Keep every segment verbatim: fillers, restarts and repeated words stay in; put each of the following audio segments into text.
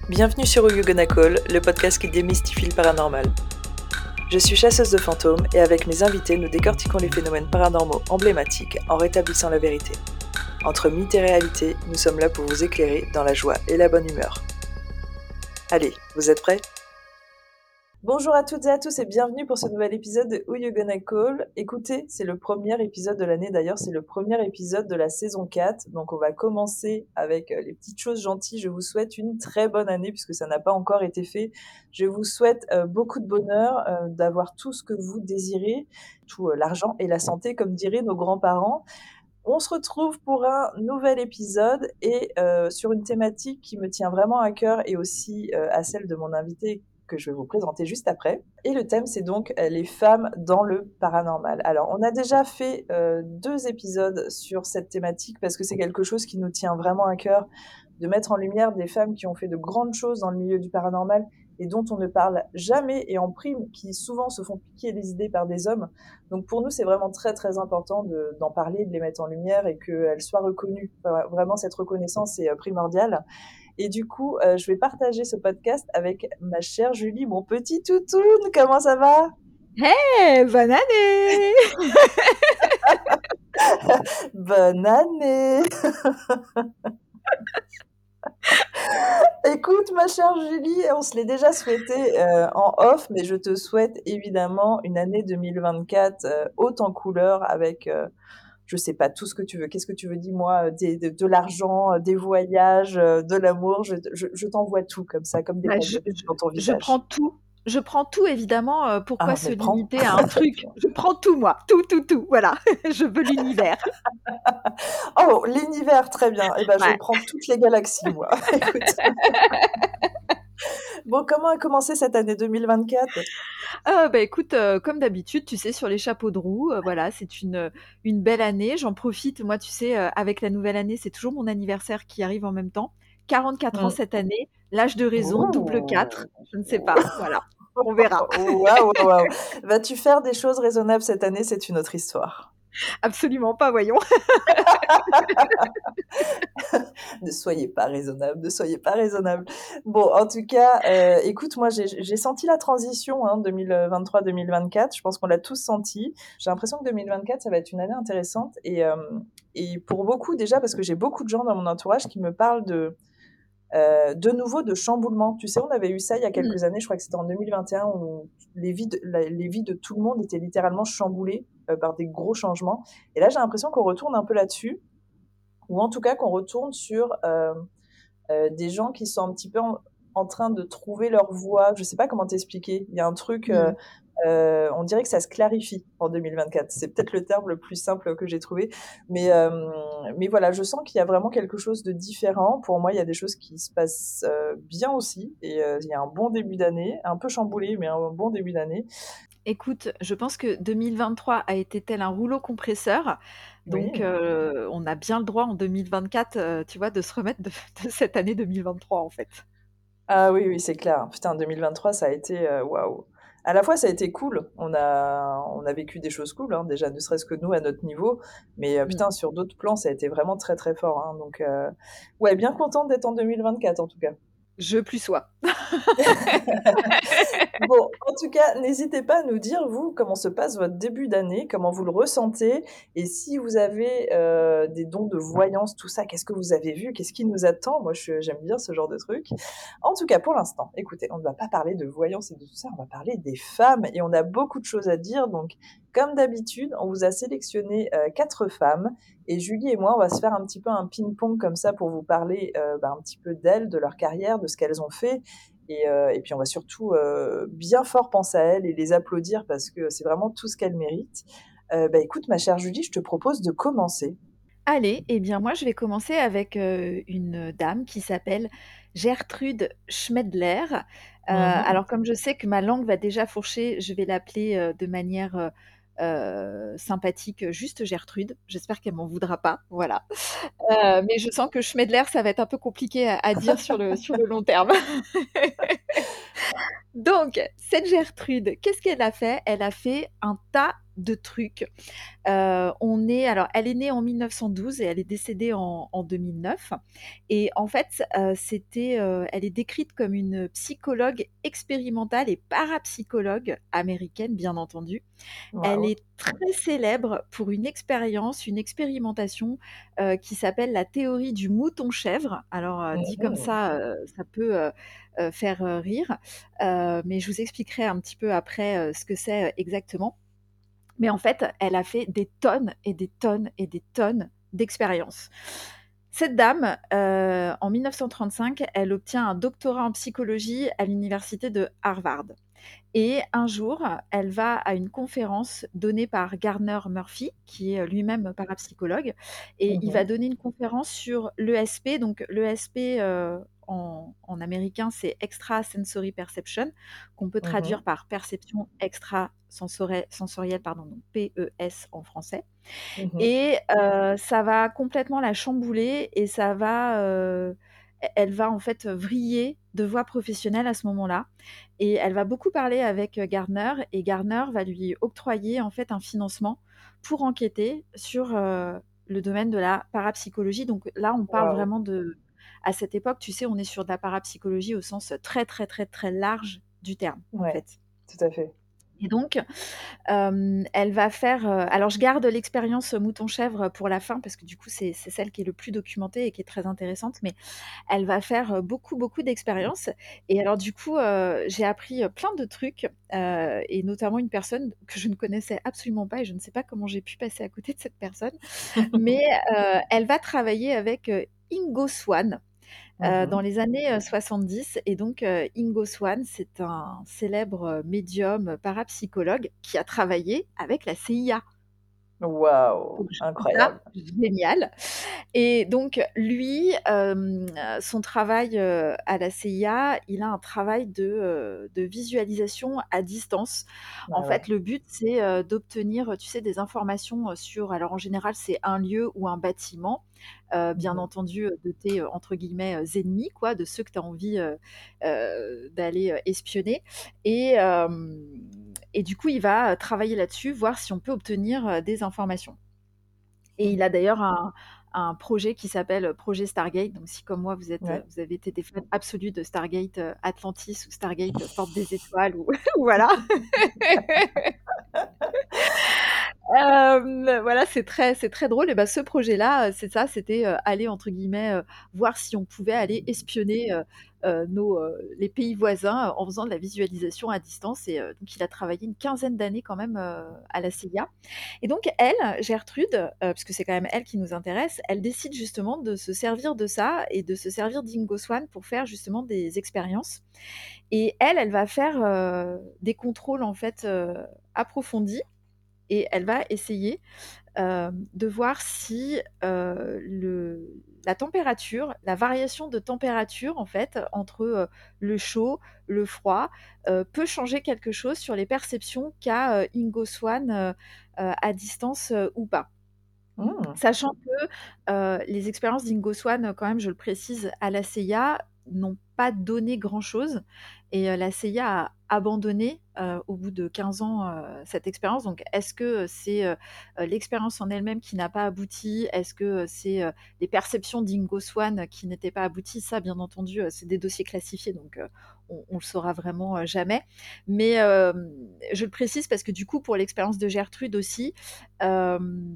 Bienvenue sur Who You Gonna Call, le podcast qui démystifie le paranormal. Je suis chasseuse de fantômes et avec mes invités, nous décortiquons les phénomènes paranormaux emblématiques en rétablissant la vérité. Entre mythe et réalité, nous sommes là pour vous éclairer dans la joie et la bonne humeur. Allez, vous êtes prêts ? Bonjour à toutes et à tous et bienvenue pour ce nouvel épisode de Who You Gonna Call. Écoutez, c'est le premier épisode de l'année, d'ailleurs c'est le premier épisode de la saison quatre, donc on va commencer avec les petites choses gentilles. Je vous souhaite une très bonne année puisque ça n'a pas encore été fait. Je vous souhaite euh, beaucoup de bonheur, euh, d'avoir tout ce que vous désirez, tout euh, l'argent et la santé comme diraient nos grands-parents. On se retrouve pour un nouvel épisode et euh, sur une thématique qui me tient vraiment à cœur et aussi euh, à celle de mon invité que je vais vous présenter juste après. Et le thème, c'est donc euh, les femmes dans le paranormal. Alors, on a déjà fait euh, deux épisodes sur cette thématique parce que c'est quelque chose qui nous tient vraiment à cœur, de mettre en lumière des femmes qui ont fait de grandes choses dans le milieu du paranormal et dont on ne parle jamais, et en prime, qui souvent se font piquer les idées par des hommes. Donc pour nous, c'est vraiment très très important de, d'en parler, de les mettre en lumière et qu'elles soient reconnues. Enfin, vraiment, cette reconnaissance est primordiale. Et du coup, euh, je vais partager ce podcast avec ma chère Julie, mon petit toutoun. Comment ça va ? Hey, bonne année. Bonne année. Écoute, ma chère Julie, on se l'est déjà souhaité euh, en off, mais je te souhaite évidemment une année deux mille vingt-quatre euh, haute en couleurs avec... Euh, je sais pas, tout ce que tu veux. Qu'est-ce que tu veux, dis-moi, des, de, de l'argent, des voyages, de l'amour, je, je, je t'envoie tout comme ça, comme des Bah, cadeaux je, je, dans ton je visage. prends tout. Je prends tout, évidemment. Euh, pourquoi Ah, se mais prends. limiter à un truc ? Je prends tout, moi. Tout, tout, tout. Voilà. Je veux l'univers. Oh, l'univers, très bien. Eh ben, Ouais. je prends toutes les galaxies, moi. Écoute. Bon, comment a commencé cette année deux mille vingt-quatre ? Euh, bah, écoute, euh, comme d'habitude, tu sais, sur les chapeaux de roue, euh, voilà, c'est une, une belle année. J'en profite, moi, tu sais, euh, avec la nouvelle année, c'est toujours mon anniversaire qui arrive en même temps. quarante-quatre ans Mm. cette année, l'âge de raison, double quatre, Ouh. je ne sais pas, voilà, on verra. Waouh, waouh, waouh. Vas-tu faire des choses raisonnables cette année ? C'est une autre histoire. Absolument pas, voyons. Ne soyez pas raisonnable, ne soyez pas raisonnable. Bon, en tout cas, euh, écoute, moi, j'ai, j'ai senti la transition hein, deux mille vingt-trois deux mille vingt-quatre. Je pense qu'on l'a tous senti. J'ai l'impression que deux mille vingt-quatre, ça va être une année intéressante. Et, euh, et pour beaucoup, déjà, parce que j'ai beaucoup de gens dans mon entourage qui me parlent de, euh, de nouveau de chamboulement. Tu sais, on avait eu ça il y a quelques années, je crois que c'était en deux mille vingt et un, où les vies de, la, les vies de tout le monde étaient littéralement chamboulées euh, par des gros changements. Et là, j'ai l'impression qu'on retourne un peu là-dessus, ou en tout cas qu'on retourne sur euh, euh, des gens qui sont un petit peu en, en train de trouver leur voie. Je sais pas comment t'expliquer. Il y a un truc, euh, Mm. euh, on dirait que ça se clarifie en deux mille vingt-quatre. C'est peut-être le terme le plus simple que j'ai trouvé. Mais, euh, mais voilà, je sens qu'il y a vraiment quelque chose de différent. Pour moi, il y a des choses qui se passent euh, bien aussi. Et euh, il y a un bon début d'année, un peu chamboulé, mais un bon début d'année. Écoute, je pense que deux mille vingt-trois a été tel un rouleau compresseur, Oui. donc euh, on a bien le droit en deux mille vingt-quatre, euh, tu vois, de se remettre de, de cette année deux mille vingt-trois en fait. Ah oui, oui, c'est clair. Putain, deux mille vingt-trois, ça a été euh, waouh. À la fois, ça a été cool. On a, on a vécu des choses cool, hein, déjà, ne serait-ce que nous à notre niveau. Mais euh, Mm. putain, sur d'autres plans, ça a été vraiment très, très fort. Hein. Donc, euh, ouais, bien contente d'être en deux mille vingt-quatre, en tout cas. Je plus sois. Bon, en tout cas, n'hésitez pas à nous dire, vous, comment se passe votre début d'année, comment vous le ressentez, et si vous avez euh, des dons de voyance, tout ça, qu'est-ce que vous avez vu, qu'est-ce qui nous attend. Moi, je- j'aime bien ce genre de truc. En tout cas, pour l'instant, écoutez, on ne va pas parler de voyance et de tout ça, on va parler des femmes, et on a beaucoup de choses à dire. Donc, comme d'habitude, on vous a sélectionné euh, quatre femmes, et Julie et moi, on va se faire un petit peu un ping-pong comme ça pour vous parler euh, bah, un petit peu d'elles, de leur carrière, de ce qu'elles ont fait. Et, euh, et puis on va surtout euh, bien fort penser à elles et les applaudir parce que c'est vraiment tout ce qu'elles méritent. Euh, bah écoute, ma chère Julie, je te propose de commencer. Allez, eh bien moi je vais commencer avec euh, une dame qui s'appelle Gertrude Schmedler. Euh, Mhm. alors comme je sais que ma langue va déjà fourcher, je vais l'appeler euh, de manière euh, euh, sympathique juste Gertrude. J'espère qu'elle m'en voudra pas, voilà. Euh, mais je sens que Schmedler, ça va être un peu compliqué à, à dire sur le, sur le long terme. Donc, cette Gertrude, qu'est-ce qu'elle a fait ? Elle a fait un tas de trucs. Heu, on est alors elle est née en mille neuf cent douze et elle est décédée en en deux mille neuf et en fait, heu, c'était, heu, elle est décrite comme une psychologue expérimentale et parapsychologue américaine, bien entendu. Elle Waouh. est très célèbre pour une expérience, une expérimentation, heu, qui s'appelle la théorie du mouton-chèvre. Alors, heu, dit comme Mmh. ça, heu, ça peut, heu heu, faire, heu, rire, heu, mais je vous expliquerai un petit peu après, heu, ce que c'est, heu, exactement. Mais en fait, elle a fait des tonnes et des tonnes et des tonnes d'expériences. Cette dame, heu, en mille neuf cent trente-cinq, elle obtient un doctorat en psychologie à l'université de Harvard. Et un jour, elle va à une conférence donnée par Gardner Murphy, qui est lui-même parapsychologue, et il va Mmh. donner une conférence sur l'E S P. Donc l'E S P, heu, en en américain, c'est Extrasensory Perception, qu'on peut traduire Mmh. par perception extrasensorielle sensorielle, pardon, donc P E S en français. Mmh. Et heu, ça va complètement la chambouler et ça va, heu, e elle va en fait vriller de voie professionnelle à ce moment-là et elle va beaucoup parler avec, heu, Gardner et Gardner va lui octroyer en fait un financement pour enquêter sur, heu, le domaine de la parapsychologie. Donc là, on parle Waouh. vraiment de à cette époque, tu sais, on est sur de la parapsychologie au sens très, très, très, très large du terme, en Ouais, fait. tout à fait. Et donc, Hem, elle va faire, heu alors je garde l'expérience mouton-chèvre pour la fin parce que du coup c'est c'est celle qui est le plus documentée et qui est très intéressante, mais elle va faire, heu, beaucoup, beaucoup d'expériences et alors du coup, heu, j'ai appris, heu, plein de trucs, heu et notamment une personne que je ne connaissais absolument pas et je ne sais pas comment j'ai pu passer à côté de cette personne, mais heu, elle va travailler avec, heu, Ingo Swann, heu, dans Mmh. les années, heu, soixante-dix et donc heu, Ingo Swann, c'est un célèbre, heu, médium parapsychologue qui a travaillé avec la C I A. Waouh, Donc je trouve ça incroyable. génial et donc lui, hem, son travail, heu, à la C I A, il a un travail de, heu, de visualisation à distance. En Bah, fait, ouais. le but, c'est, heu, d'obtenir, tu sais, des informations, heu, sur alors en général, c'est un lieu ou un bâtiment, heu, bien Mmh. entendu, heu, de tes, heu, entre guillemets, heu, «ennemis» quoi, de ceux que tu as envie, heu heu, d'aller, heu, espionner et hem et du coup, il va, heu, travailler là-dessus, voir si on peut obtenir, heu, des informations. Et il a d'ailleurs un un projet qui s'appelle, heu, projet Stargate. Donc si comme moi vous êtes, heu, Ouais. vous avez été des fans absolus de Stargate, heu, Atlantis ou Stargate, heu, Porte des Étoiles ou voilà. Hem, voilà, c'est très c'est très drôle et bah, ce projet-là, heu, c'est ça, c'était, heu, aller entre guillemets, heu, voir si on pouvait aller espionner, heu heu, nos, heu, les pays voisins, heu, en faisant de la visualisation à distance et heu, donc il a travaillé une quinzaine d'années quand même, heu, à la C I A. Et donc elle, Gertrude, heu, parce que c'est quand même elle qui nous intéresse, elle décide justement de se servir de ça et de se servir d'Ingo Swann pour faire justement des expériences. Et elle, elle va faire, heu, des contrôles en fait, heu, approfondis et elle va essayer, hem, de voir si, heu, le la température, la variation de température en fait entre, heu, le chaud, le froid, heu, peut changer quelque chose sur les perceptions qu'a, heu, Ingo Swann, heu heu, à distance, heu, ou pas. Mmh. Sachant que, heu, les expériences d'Ingo Swann, quand même, je le précise, à la C I A, n'ont pas donné grand-chose et heu, la C I A a abandonné, heu, au bout de quinze ans, heu, cette expérience. Donc est-ce que, c'est, heu heu, l'expérience en elle-même qui n'a pas abouti? Est-ce que, heu, c'est, heu, les perceptions d'Ingo Swann qui n'étaient pas abouties? Ça, bien entendu, heu, c'est des dossiers classifiés, donc heu, on on le saura vraiment, heu, jamais. Mais hem, je le précise parce que, du coup, pour l'expérience de Gertrude aussi, hem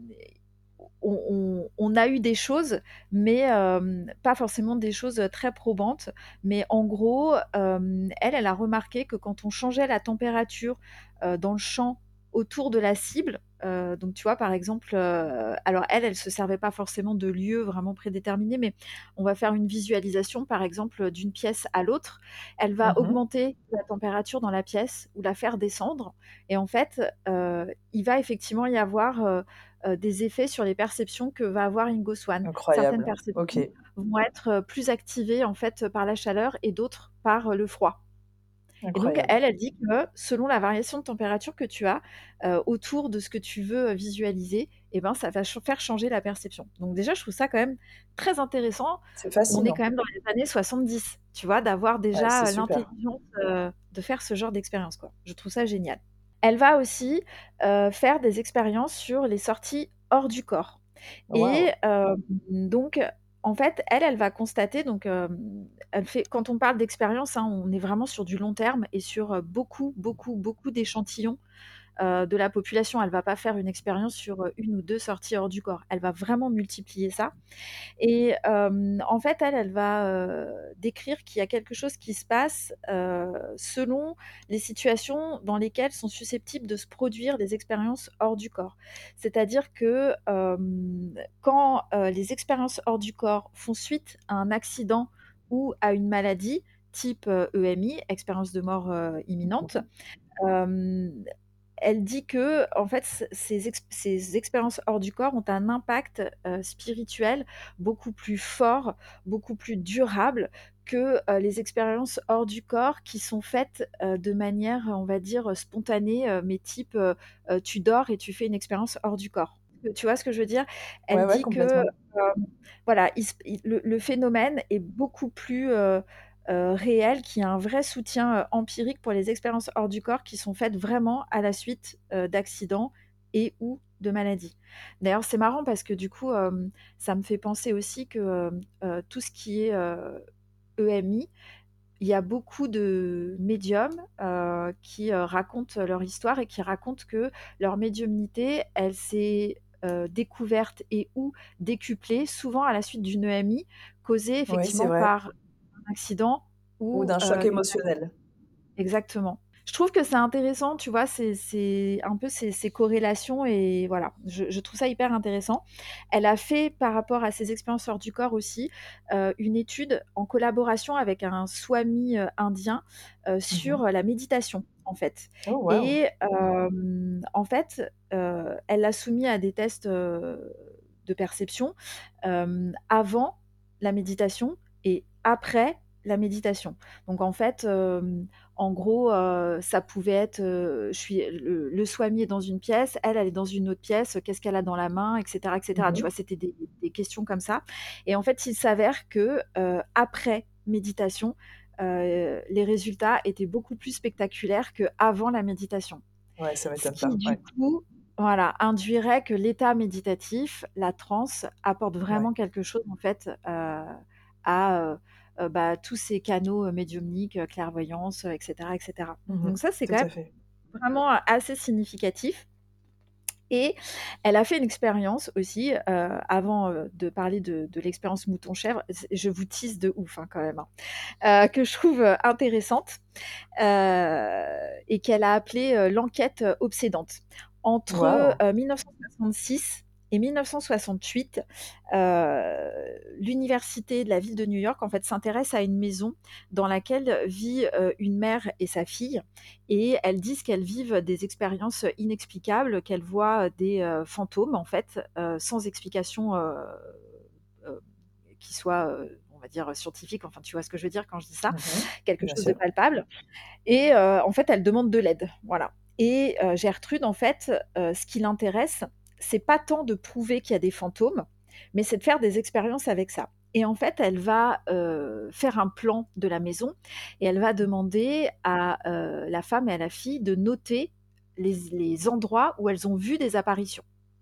on, on- on a eu des choses, mais euh, pas forcément des choses très probantes. Mais en gros, euh, elle, elle a remarqué que quand on changeait la température euh, dans le champ autour de la cible, euh, donc tu vois, par exemple, euh, alors elle, elle se servait pas forcément de lieux vraiment prédéterminés, mais on va faire une visualisation, par exemple, d'une pièce à l'autre. Elle va Mmh. augmenter la température dans la pièce ou la faire descendre. Et en fait, euh, il va effectivement y avoir euh, euh, des effets sur les perceptions que va avoir Ingo Swann. Certaines Incroyable. OK, perceptions vont être euh, plus activées en fait par la chaleur et d'autres par euh, le froid. Et donc incroyable. elle, elle dit que selon la variation de température que tu as euh, autour de ce que tu veux euh, visualiser, eh ben, ça va ch- faire changer la perception. Donc déjà, je trouve ça quand même très intéressant. C'est On est quand fascinant. même dans les années soixante-dix, tu vois, d'avoir Ouais, c'est déjà euh, super. l'intelligence euh, de faire ce genre d'expérience, quoi. Je trouve ça génial. Elle va aussi, heu, faire des expériences sur les sorties hors du corps et Waouh! hem, donc en fait, elle, elle va constater donc hem, elle fait quand on parle d'expérience, hein, on est vraiment sur du long terme et sur, heu, beaucoup, beaucoup, beaucoup d'échantillons, heu, de la population. Elle va pas faire une expérience sur, heu, une ou deux sorties hors du corps. Elle va vraiment multiplier ça et hem, en fait, elle, elle va, heu, décrire qu'il y a quelque chose qui se passe, heu, selon les situations dans lesquelles sont susceptibles de se produire des expériences hors du corps. C'est-à-dire que, hem, quand, heu, les expériences hors du corps font suite à un accident ou à une maladie type, heu, E M I, expérience de mort, heu, imminente, Mmh. hem, elle dit que, en fait, c ces ex ces expériences hors du corps ont un impact, heu, spirituel beaucoup plus fort, beaucoup plus durable que, heu, les expériences hors du corps qui sont faites, heu, de manière, on va dire, spontanée, heu, mais type, heu heu, tu dors et tu fais une expérience hors du corps. Heu, tu vois ce que je veux dire? Ouais, Elle ouais, dit que, complètement. hem, voilà, il se il le le phénomène est beaucoup plus, heu heu, réel, qu'il y a un vrai soutien, heu, empirique pour les expériences hors du corps qui sont faites vraiment à la suite, heu, d'accidents et ou de maladies. D'ailleurs, c'est marrant parce que du coup, hem, ça me fait penser aussi que, hem, heu, tout ce qui est, heu, E M I, il y a beaucoup de médiums, heu, qui, heu, racontent leur histoire et qui racontent que leur médiumnité, elle s'est, heu, découverte et ou décuplée souvent à la suite d'une E M I causée Oui, c'est effectivement vrai. par un accident Ou ou, d'un choc heu, une émotionnel. exactement. Je trouve que c'est intéressant, tu vois? C'est c'est un peu ces ces corrélations et voilà, je je trouve ça hyper intéressant. Elle a fait par rapport à ses expériences hors du corps aussi, heu, une étude en collaboration avec un swami, heu, indien, heu, Mmh. sur la méditation, en fait Oh waouh! et hem, en fait, heu, elle l'a soumis à des tests, heu, de perception, hem, avant la méditation et après la méditation. Donc en fait, hem, en gros, heu, ça pouvait être, heu, je suis le le swami est dans une pièce, elle, elle est dans une autre pièce, qu'est-ce qu'elle a dans la main? Et cetera, et cetera. Tu Mmh. vois? C'était des des questions comme ça et en fait, il s'avère que, heu, après méditation, heu, les résultats étaient beaucoup plus spectaculaires qu'avant la méditation. Ouais, ça Ce m'étonne qui pas, du ouais. coup, voilà, induirait que l'état méditatif, la transe, apporte Ouais. vraiment quelque chose en fait, heu, à, heu heu, bah, tous ces canaux, heu, médiumniques, heu, clairvoyance, heu, et cetera, et cetera. Mmh. Donc ça, c'est Tout quand même à fait. vraiment, heu, assez significatif et elle a fait une expérience aussi, heu, avant, heu, de parler de de l'expérience mouton-chèvre, z je vous tease de ouf, hein, quand même, hein, heu, que je trouve, heu, intéressante, heu et qu'elle a appelée, heu, l'enquête, heu, obsédante. Entre, Waouh! heu, mille neuf cent soixante-six et mille neuf cent soixante-huit, heu, l'université de la ville de New York, en fait, s'intéresse à une maison dans laquelle vit, heu, une mère et sa fille et elles disent qu'elles vivent des expériences inexplicables, qu'elles voient des, heu, fantômes, en fait, heu, sans explication, heu heu, qui soit, heu, on va dire, scientifique. Enfin, tu vois ce que je veux dire quand je dis ça? Mmh. Quelque Bien chose de sûr. palpable et heu, en fait, elle demande de l'aide, voilà et heu, Gertrude, en fait, heu, ce qui l'intéresse, c'est pas tant de prouver qu'il y a des fantômes, mais c'est de faire des expériences avec ça et en fait, elle va, heu, faire un plan de la maison et elle va demander à, heu, la femme et à la fille de noter les les endroits où elles ont vu des apparitions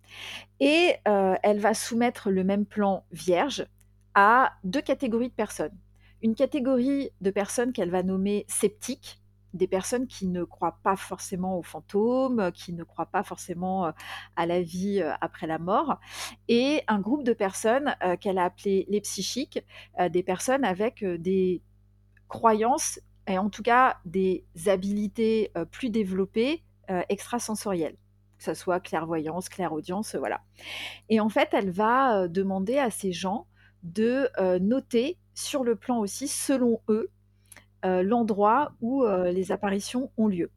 et heu, elle va soumettre le même plan vierge à deux catégories de personnes. Une catégorie de personnes qu'elle va nommer sceptiques, des personnes qui ne croient pas forcément aux fantômes, qui ne croient pas forcément, heu, à la vie, heu, après la mort et un groupe de personnes, heu, qu'elle a appelées les psychiques, heu, des personnes avec, heu, des croyances et en tout cas des habilités, heu, plus développées, heu, extrasensorielles. Que ça soit clairvoyance, clairaudience, heu, voilà. Et en fait, elle va, heu, demander à ces gens de, heu, noter sur le plan aussi, selon eux, heu, l'endroit où, heu, les apparitions ont lieu.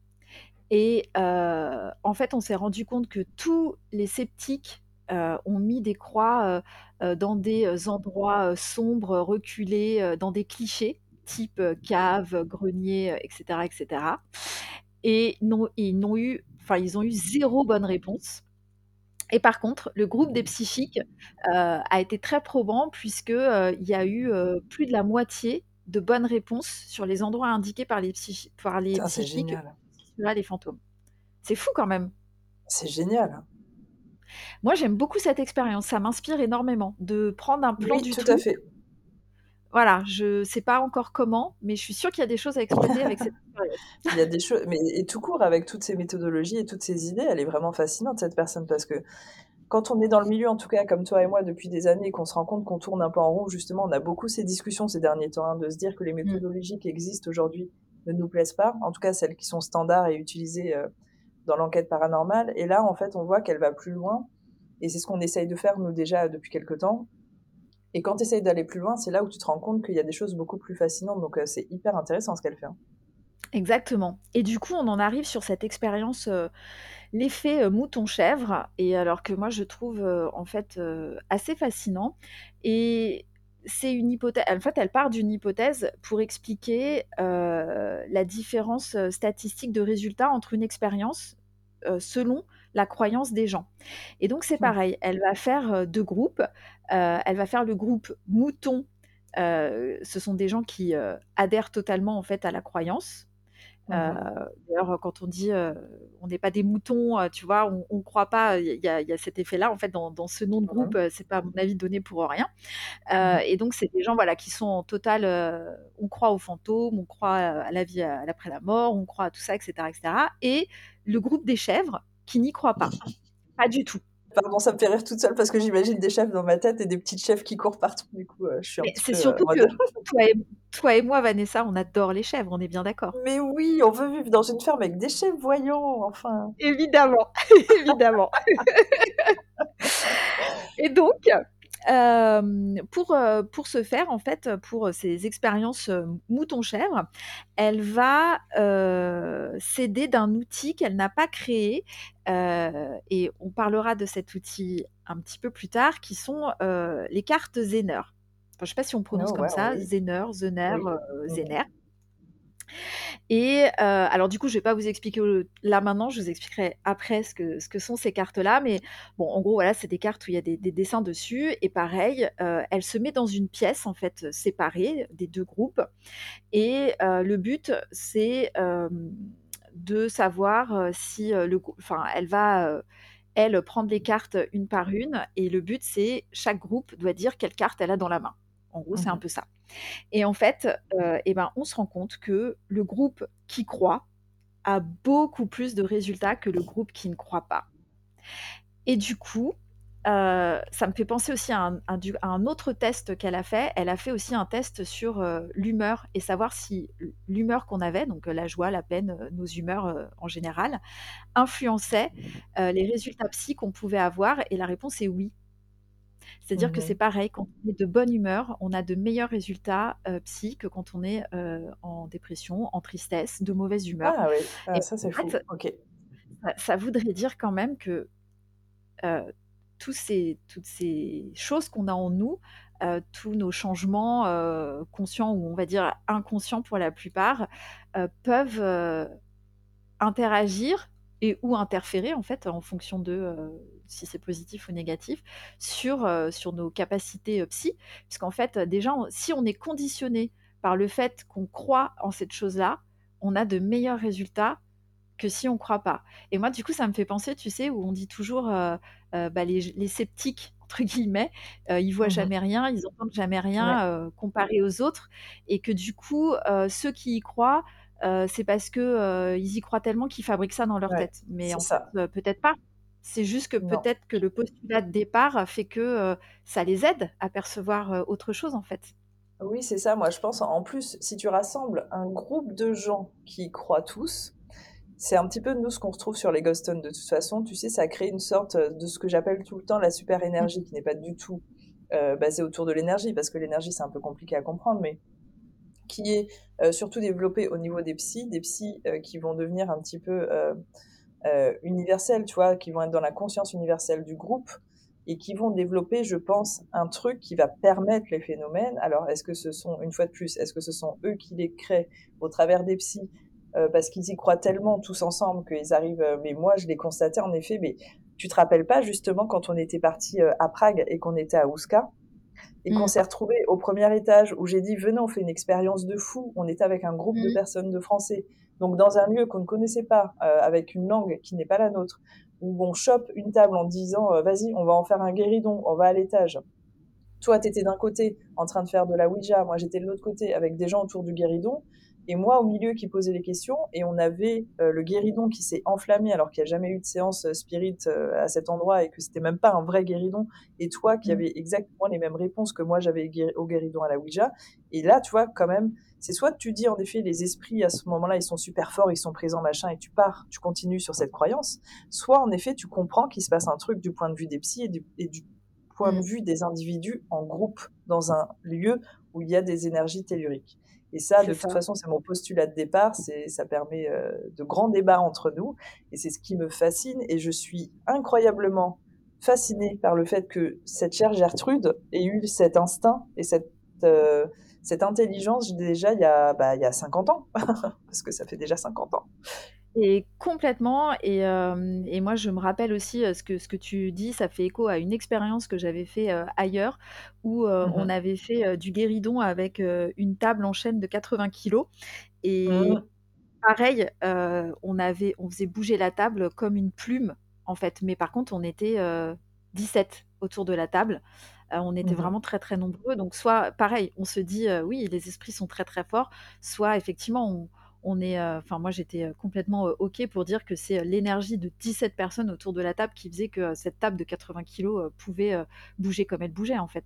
Et heu, en fait, on s'est rendu compte que tous les sceptiques, heu, ont mis des croix, heu heu, dans des, heu, endroits, heu, sombres, reculés, heu, dans des clichés, type, heu, cave, grenier, heu, et cetera, et cetera. Et n'ont ils n'ont eu enfin, ils ont eu zéro bonne réponse. Et par contre, le groupe des psychiques, heu, a été très probant puisque, heu, il y a eu, heu, plus de la moitié de bonnes réponses sur les endroits indiqués par les psychi par les Putain, c'est psychiques génial. qui situeraient les fantômes. C'est fou quand même. C'est génial. Moi, j'aime beaucoup cette expérience, ça m'inspire énormément de prendre un plan Oui, du tout à tout. fait. Voilà, je sais pas encore comment, mais je suis sûre qu'il y a des choses à exploiter avec cette expérience. Il y a des choses, mais et tout court avec toutes ces méthodologies et toutes ces idées, elle est vraiment fascinante cette personne parce que quand on est dans le milieu, en tout cas comme toi et moi depuis des années, qu'on se rend compte qu'on tourne un peu en rond, justement, on a beaucoup ces discussions ces derniers temps, hein, de se dire que les Mmh. méthodologies qui existent aujourd'hui ne nous plaisent pas, en tout cas celles qui sont standards et utilisées, heu, dans l'enquête paranormale. Et là, en fait, on voit qu'elle va plus loin et c'est ce qu'on essaye de faire nous déjà depuis quelque temps. Et quand tu essayes d'aller plus loin, c'est là où tu te rends compte qu'il y a des choses beaucoup plus fascinantes, donc heu, c'est hyper intéressant ce qu'elle fait, hein. Exactement et du coup, on en arrive sur cette expérience, heu, l'effet, heu, mouton-chèvre et alors que moi je trouve, heu, en fait, heu, assez fascinant et c'est une hypothèse. En fait, elle part d'une hypothèse pour expliquer, heu, la différence, heu, statistique de résultats entre une expérience, heu, selon la croyance des gens et donc c'est Mmh. pareil, elle va faire, heu, deux groupes, heu, elle va faire le groupe mouton, heu, ce sont des gens qui, heu, adhèrent totalement en fait à la croyance. Mmh Heu, mh. d'ailleurs, quand on dit, heu, on n'est pas des moutons, heu, tu vois? On on croit pas, il y a il y a cet effet-là, en fait, dans dans ce nom de Mmh groupe, mh. heu, c'est pas à mon avis donné pour rien. Mmh Heu mh. et donc c'est des gens, voilà, qui sont en total, heu, on croit aux fantômes, on croit, heu, à la vie, à après la mort, on croit à tout ça et cetera et cetera et le groupe des chèvres qui n'y croient pas. Pas du tout. Pardon, ça me fait rire toute seule parce que j'imagine des chèvres dans ma tête et des petites chèvres qui courent partout. Du coup, heu, je suis un Mais petit c'est peu, heu, surtout en que mode toi et toi et moi, Vanessa, on adore les chèvres, on est bien d'accord? mais oui, on veut vivre dans une ferme avec des chèvres, voyons, enfin. Évidemment, évidemment. Et donc, hem, pour, heu, pour ce faire, en fait, pour ces expériences, heu, mouton-chèvre, elle va, heu, s'aider d'un outil qu'elle n'a pas créé, heu et on parlera de cet outil un petit peu plus tard, qui sont, heu, les cartes Zener. Enfin, je sais pas si on prononce Oh comme waouh, ça, oui, Zener, Zener, oui. heu, Mmh mh. Zener. Et heu, alors du coup, je vais pas vous expliquer, heu, là maintenant, je vous expliquerai après ce que ce que sont ces cartes-là, mais bon, en gros, voilà, c'est des cartes où il y a des des dessins dessus et pareil, heu, elle se met dans une pièce, en fait, heu, séparée des deux groupes et heu, le but, c'est, hem, de savoir, heu, si, heu, le grou enfin, elle va, heu, elle, prendre les cartes une par une et le but, c'est chaque groupe doit dire quelle carte elle a dans la main. En gros, Mmh c'est un mh. peu ça. Et en fait, heu et ben, on se rend compte que le groupe qui croit a beaucoup plus de résultats que le groupe qui ne croit pas. Et du coup, heu, ça me fait penser aussi à un un du à un autre test qu'elle a fait. Elle a fait aussi un test sur, heu, l'humeur et savoir si l'hu l'humeur qu'on avait, donc heu, la joie, la peine, heu, nos humeurs, heu, en général, influençait, heu, les résultats psy qu'on pouvait avoir et la réponse est oui. C'est-à-dire Mmh que c'est mh. pareil, quand on est de bonne humeur, on a de meilleurs résultats, heu, psy que quand on est, heu, en dépression, en tristesse, de mauvaise humeur Ah oui, ah et ça c'est en fou, fait, OK. ça ça voudrait dire quand même que, heu, tous ces toutes ces choses qu'on a en nous, heu, tous nos changements, heu, conscients ou on va dire inconscients pour la plupart, heu, peuvent, heu, interagir et ou interférer en fait en fonction de, heu, si c'est positif ou négatif sur, heu, sur nos capacités, heu, psy. Puisqu'en fait, heu, déjà on si on est conditionné par le fait qu'on croit en cette chose-là, on a de meilleurs résultats que si on croit pas. Et moi du coup ça me fait penser, tu sais, où on dit toujours, heu heu, bah, les les «sceptiques» entre guillemets, heu, ils voient Mmh mh. jamais rien, ils entendent jamais Ouais, rien, heu, comparé aux autres et que du coup, heu, ceux qui y croient, heu, c'est parce que, heu, ils y croient tellement qu'ils fabriquent ça dans leur ouais, tête. Mais c'est en fait, ça. heu, peut-être pas. C'est juste que Non. peut-être que le postulat de départ fait que, heu, ça les aide à percevoir, heu, autre chose en fait. Oui, c'est ça, moi je pense en plus, si tu rassembles un groupe de gens qui y croient tous, c'est un petit peu nous ce qu'on retrouve sur les ghost towns de toute façon, tu sais, ça crée une sorte, heu, de ce que j'appelle tout le temps la super Mmh. énergie qui n'est pas du tout, heu, basée autour de l'énergie parce que l'énergie c'est un peu compliqué à comprendre, mais qui est, heu, surtout développée au niveau des psys, des psys, heu, qui vont devenir un petit peu, heu heu, universels, tu vois? Qui vont être dans la conscience universelle du groupe et qui vont développer, je pense, un truc qui va permettre les phénomènes. Alors, est-ce que ce sont une fois de plus, est-ce que ce sont eux qui les créent au travers des psys, heu, parce qu'ils y croient tellement tous ensemble qu'ils arrivent, heu mais moi je l'ai constaté en effet, mais tu te rappelles pas justement quand on était partis, heu, à Prague et qu'on était à Ouska? Et qu'on Mmh. s'est retrouvés au premier étage où j'ai dit: «Venez, on fait une expérience de fou». On était avec un groupe de Mmh. personnes de Français, donc dans un lieu qu'on ne connaissait pas, heu, avec une langue qui n'est pas la nôtre, où on chope une table en disant: «Heu, vas-y, on va en faire un guéridon, on va à l'étage». Toi, tu étais d'un côté en train de faire de la Ouija, moi j'étais de l'autre côté avec des gens autour du guéridon et moi au milieu qui posait les questions et on avait euh, le guéridon qui s'est enflammé alors qu'il n'y a jamais eu de séance euh, spirit euh, à cet endroit et que c'était même pas un vrai guéridon et toi qui Mmh. avais exactement les mêmes réponses que moi j'avais guéri- au guéridon à la Ouija et là tu vois quand même c'est soit tu dis en effet les esprits à ce moment-là ils sont super forts, ils sont présents machin et tu pars, tu continues sur cette croyance, soit en effet tu comprends qu'il se passe un truc du point de vue des psys et du, et du point de Mmh. vue des individus en groupe dans un lieu où il y a des énergies telluriques. Et ça, C'est de toute ça. façon, c'est mon postulat de départ, c'est, ça permet euh, de grands débats entre nous, et c'est ce qui me fascine, et je suis incroyablement fascinée par le fait que cette chère Gertrude ait eu cet instinct et cette, euh, cette intelligence déjà il y a, bah, il y a cinquante ans, parce que ça fait déjà cinquante ans. Et complètement et hem et moi je me rappelle aussi, heu, ce que ce que tu dis, ça fait écho à une expérience que j'avais fait, heu, ailleurs où, heu, on Mhm. avait fait, heu, du guéridon avec, heu, une table en chêne de quatre-vingts kilos et Mhm. pareil, heu, on avait on faisait bouger la table comme une plume, en fait, mais par contre on était, heu, dix-sept autour de la table. Heu, on était Mhm. vraiment très, très nombreux donc soit pareil, on se dit, heu: «Oui, les esprits sont très, très forts», soit effectivement on on est, heu enfin moi j'étais, heu, complètement, heu, OK pour dire que c'est, heu, l'énergie de dix-sept personnes autour de la table qui faisait que, heu, cette table de quatre-vingts kilos, heu, pouvait, heu, bouger comme elle bougeait, en fait.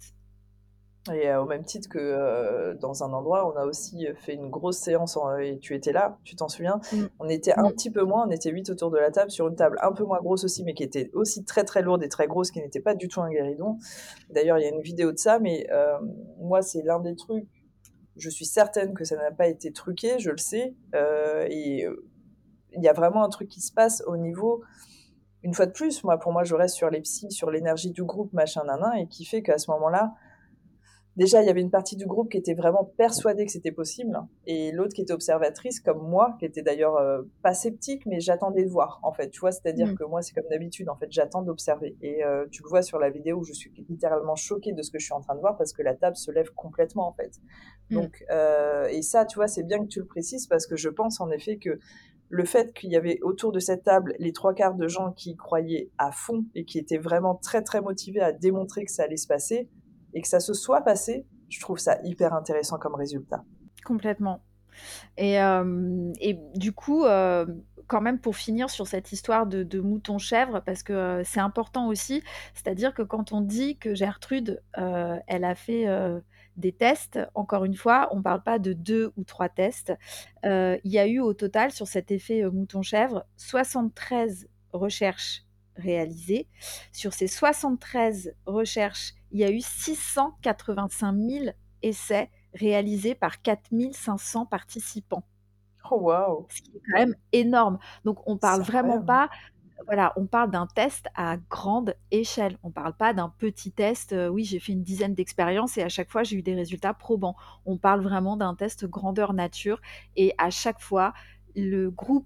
Et heu, au même titre que, heu, dans un endroit, on a aussi, heu, fait une grosse séance en et tu étais là, tu t'en souviens? Mmh. On était un Mmh. petit peu moins, on était huit autour de la table sur une table un peu moins grosse aussi, mais qui était aussi très, très lourde et très grosse, qui n'était pas du tout un guéridon. D'ailleurs, il y a une vidéo de ça, mais hem, moi, c'est l'un des trucs, je suis certaine que ça n'a pas été truqué, je le sais, heu et heu, il y a vraiment un truc qui se passe au niveau une fois de plus, moi, pour moi, je reste sur les psys, sur l'énergie du groupe, machin, nin, nin et qui fait qu'à ce moment-là, déjà, il y avait une partie du groupe qui était vraiment persuadée que c'était possible, et l'autre qui était observatrice, comme moi, qui était d'ailleurs euh, pas sceptique, mais j'attendais de voir, en fait. Tu vois, c'est-à-dire Mmh. que moi, c'est comme d'habitude, en fait, j'attends d'observer. Et euh, tu le vois sur la vidéo où je suis littéralement choquée de ce que je suis en train de voir parce que la table se lève complètement, en fait. Mmh. Donc, euh, et ça, tu vois, c'est bien que tu le précises parce que je pense en effet que le fait qu'il y avait autour de cette table les trois quarts de gens qui croyaient à fond et qui étaient vraiment très très motivés à démontrer que ça allait se passer et que ça se soit passé, je trouve ça hyper intéressant comme résultat. Complètement. Et, hem et du coup, heu, quand même pour finir sur cette histoire de de mouton-chèvre, parce que, heu, c'est important aussi, c'est-à-dire que quand on dit que Gertrude, heu, elle a fait, heu, des tests, encore une fois, on ne parle pas de deux ou trois tests. Heu, il y a eu au total sur cet effet, heu, mouton-chèvre, soixante-treize recherches réalisées. Sur ces soixante-treize recherches, il y a eu six cent quatre-vingt-cinq mille essais réalisés par quatre mille cinq cents participants. Oh waouh, Ce qui est quand même énorme. Donc on parle c'est vraiment incroyable. pas voilà, on parle d'un test à grande échelle. On parle pas d'un petit test, heu, oui, j'ai fait une dizaine d'expériences et à chaque fois j'ai eu des résultats probants. On parle vraiment d'un test grandeur nature et à chaque fois, le groupe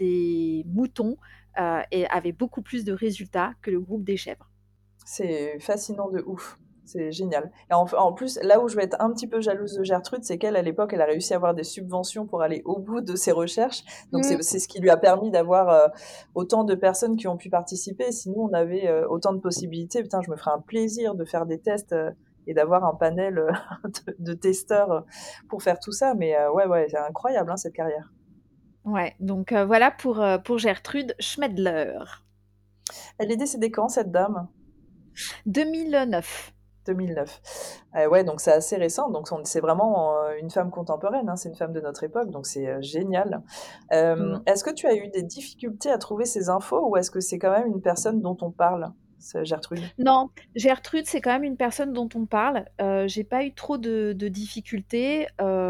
des moutons, heu, et avait beaucoup plus de résultats que le groupe des chèvres. C'est fascinant de ouf. C'est génial. Et en, en plus, là où je vais être un petit peu jalouse de Gertrude, c'est qu'elle, à l'époque, elle a réussi à avoir des subventions pour aller au bout de ses recherches. Donc, Mmh. c'est c'est ce qui lui a permis d'avoir euh, autant de personnes qui ont pu participer. Si nous, on avait euh, autant de possibilités, putain, je me ferais un plaisir de faire des tests euh, et d'avoir un panel euh, de, de testeurs euh, pour faire tout ça. Mais euh, ouais, ouais, c'est incroyable, hein, cette carrière. Ouais, donc heu, voilà pour, heu, pour Gertrude Schmedler. Elle est décédée quand, cette dame? deux mille neuf. deux mille neuf. Euh, ouais, donc c'est assez récent. Donc on- c'est vraiment euh, une femme contemporaine. Hein, c'est une femme de notre époque. Donc c'est euh, génial. Euh, Mmh. est-ce que tu as eu des difficultés à trouver ces infos ou est-ce que c'est quand même une personne dont on parle, c'est Gertrude? Non, Gertrude, c'est quand même une personne dont on parle. Heu, j'ai pas eu trop de de difficultés.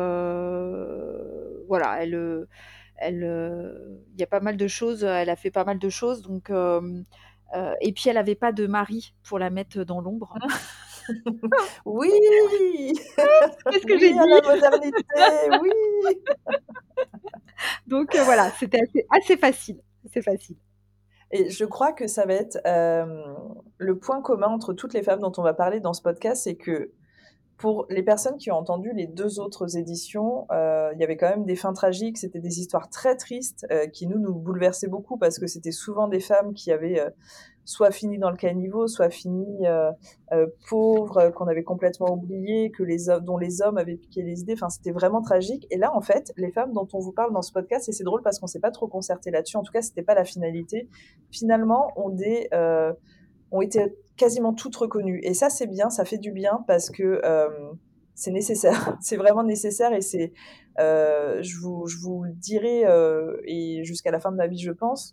Heu, voilà, elle, heu, elle, heu, il y a pas mal de choses, elle a fait pas mal de choses donc hem, heu et puis elle avait pas de mari pour la mettre dans l'ombre. Oui, Qu'est-ce que j'ai oui à dit? la modernité, oui. Donc heu, voilà, c'était assez assez facile, assez facile. Et je crois que ça va être, hem, le point commun entre toutes les femmes dont on va parler dans ce podcast, c'est que pour les personnes qui ont entendu les deux autres éditions, heu, il y avait quand même des fins tragiques, c'était des histoires très tristes, heu, qui nous, nous bouleversaient beaucoup parce que c'était souvent des femmes qui avaient, heu, soit fini dans le caniveau, soit fini, heu heu, pauvres, euh, qu'on avait complètement oubliées, que les hommes dont les hommes avaient piqué les idées, enfin, c'était vraiment tragique et là, en fait, les femmes dont on vous parle dans ce podcast et c'est drôle parce qu'on s'est pas trop concerté là-dessus, en tout cas, c'était pas la finalité, finalement, ont des, heu ont été quasiment toutes reconnues. Et ça, c'est bien, ça fait du bien parce que euh, c'est nécessaire. C'est vraiment nécessaire et c'est, euh, je, vous, je vous le dirai euh, et jusqu'à la fin de ma vie, je pense,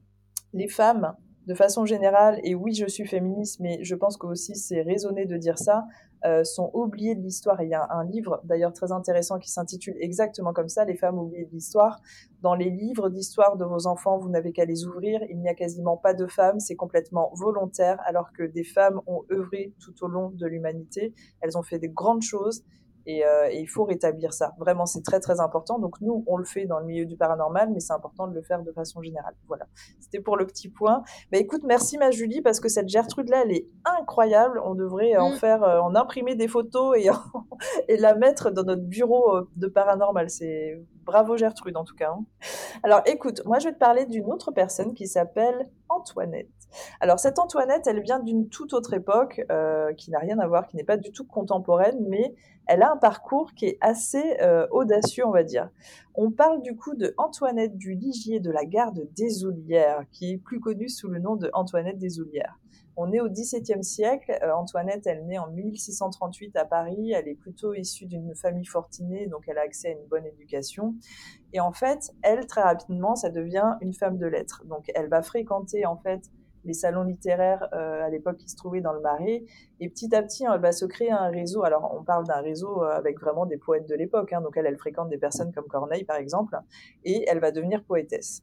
les femmes, de façon générale, et oui, je suis féministe, mais je pense que aussi c'est raisonné de dire ça, euh, sont oubliées de l'histoire. Et il y a un livre d'ailleurs très intéressant qui s'intitule exactement comme ça, Les femmes oubliées de l'histoire. Dans les livres d'histoire de vos enfants, vous n'avez qu'à les ouvrir. Il n'y a quasiment pas de femmes, c'est complètement volontaire, alors que des femmes ont œuvré tout au long de l'humanité. Elles ont fait des grandes choses. Et, euh, et il faut rétablir ça. Vraiment, c'est très très important. Donc nous, on le fait dans le milieu du paranormal, mais c'est important de le faire de façon générale. Voilà. C'était pour le petit point. Bah écoute, merci ma Julie, parce que cette Gertrude-là, elle est incroyable. On devrait en Mm. faire, euh, en imprimer des photos et, en- et la mettre dans notre bureau euh, de paranormal. C'est bravo Gertrude en tout cas, hein. Alors écoute, moi je vais te parler d'une autre personne qui s'appelle Antoinette. Alors cette Antoinette, elle vient d'une toute autre époque, euh, qui n'a rien à voir, qui n'est pas du tout contemporaine, mais elle a un parcours qui est assez euh, audacieux, on va dire. On parle du coup de Antoinette du Ligier de la gare de Désoullières, qui est plus connue sous le nom de Antoinette Désoullières. On est au XVIIe siècle. Euh, Antoinette, elle naît en mille six cent trente-huit à Paris. Elle est plutôt issue d'une famille fortunée, donc elle a accès à une bonne éducation. Et en fait, elle, très rapidement, ça devient une femme de lettres. Donc, elle va fréquenter, en fait, les salons littéraires euh, à l'époque qui se trouvaient dans le Marais. Et petit à petit, elle va se créer un réseau. Alors, on parle d'un réseau avec vraiment des poètes de l'époque. Hein. Donc, elle, elle fréquente des personnes comme Corneille, par exemple. Et elle va devenir poétesse.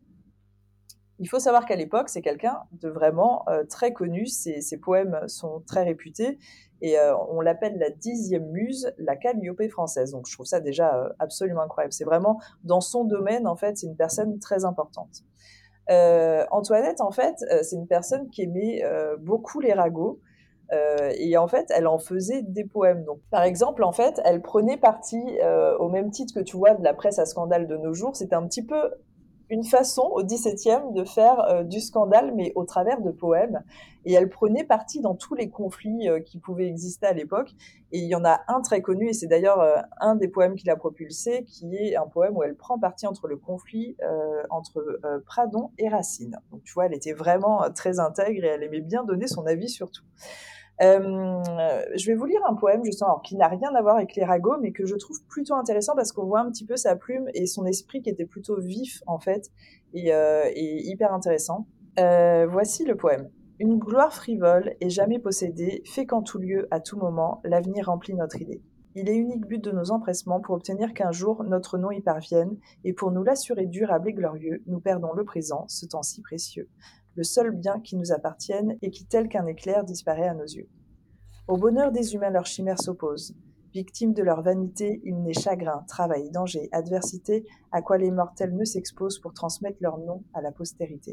Il faut savoir qu'à l'époque, c'est quelqu'un de vraiment euh, très connu. Ses, ses poèmes sont très réputés. Et euh, on l'appelle la dixième muse, la Calliope française. Donc je trouve ça déjà euh, absolument incroyable. C'est vraiment, dans son domaine, en fait, c'est une personne très importante. Euh, Antoinette, en fait, euh, c'est une personne qui aimait euh, beaucoup les ragots. Euh, et en fait, elle en faisait des poèmes. Donc, par exemple, en fait, elle prenait parti, euh, au même titre que tu vois de la presse à scandale de nos jours. C'était un petit peu une façon au dix-septième de faire euh, du scandale, mais au travers de poèmes. Et elle prenait parti dans tous les conflits euh, qui pouvaient exister à l'époque. Et il y en a un très connu, et c'est d'ailleurs euh, un des poèmes qui l'a propulsé, qui est un poème où elle prend parti entre le conflit euh, entre euh, Pradon et Racine. Donc tu vois, elle était vraiment euh, très intègre et elle aimait bien donner son avis sur tout. Euh, je vais vous lire un poème justement alors, qui n'a rien à voir avec les ragots, mais que je trouve plutôt intéressant parce qu'on voit un petit peu sa plume et son esprit qui était plutôt vif en fait et, euh, et hyper intéressant. Euh, voici le poème. Une gloire frivole et jamais possédée fait qu'en tout lieu, à tout moment, l'avenir remplit notre idée. Il est unique but de nos empressements pour obtenir qu'un jour notre nom y parvienne, et pour nous l'assurer durable et glorieux, nous perdons le présent, ce temps si précieux, le seul bien qui nous appartienne et qui, tel qu'un éclair, disparaît à nos yeux. Au bonheur des humains, leurs chimères s'opposent. Victimes de leur vanité, il n'est chagrin, travail, danger, adversité, à quoi les mortels ne s'exposent pour transmettre leur nom à la postérité.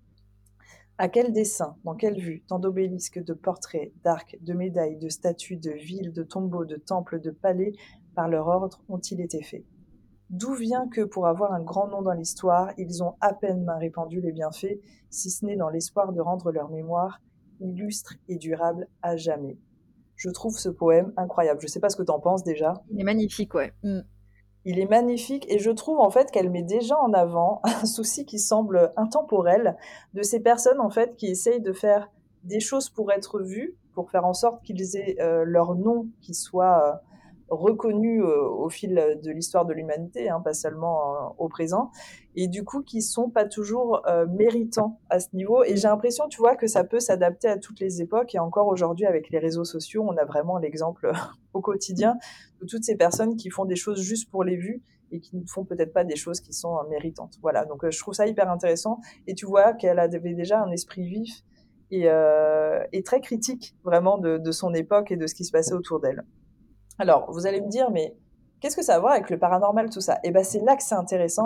À quel dessein, dans quelle vue, tant d'obélisques, de portraits, d'arcs, de médailles, de statues, de villes, de tombeaux, de temples, de palais, par leur ordre, ont-ils été faits? D'où vient que, pour avoir un grand nom dans l'histoire, ils ont à peine main répandu les bienfaits, si ce n'est dans l'espoir de rendre leur mémoire illustre et durable à jamais. Je trouve ce poème incroyable. Je sais pas ce que t'en penses déjà. Il est magnifique, ouais. Mm. Il est magnifique et je trouve en fait qu'elle met déjà en avant un souci qui semble intemporel de ces personnes en fait qui essayent de faire des choses pour être vues, pour faire en sorte qu'ils aient euh, leur nom qui soit euh, reconnu euh, au fil de l'histoire de l'humanité, hein, pas seulement euh, au présent, et du coup qui sont pas toujours euh, méritants à ce niveau. Et j'ai l'impression, tu vois, que ça peut s'adapter à toutes les époques et encore aujourd'hui avec les réseaux sociaux, on a vraiment l'exemple au quotidien de toutes ces personnes qui font des choses juste pour les vues et qui ne font peut-être pas des choses qui sont euh, méritantes. Voilà, donc euh, je trouve ça hyper intéressant. Et tu vois qu'elle avait déjà un esprit vif et, euh, et très critique vraiment de, de son époque et de ce qui se passait autour d'elle. Alors, vous allez me dire, mais qu'est-ce que ça a à voir avec le paranormal, tout ça? Eh ben, c'est là que c'est intéressant.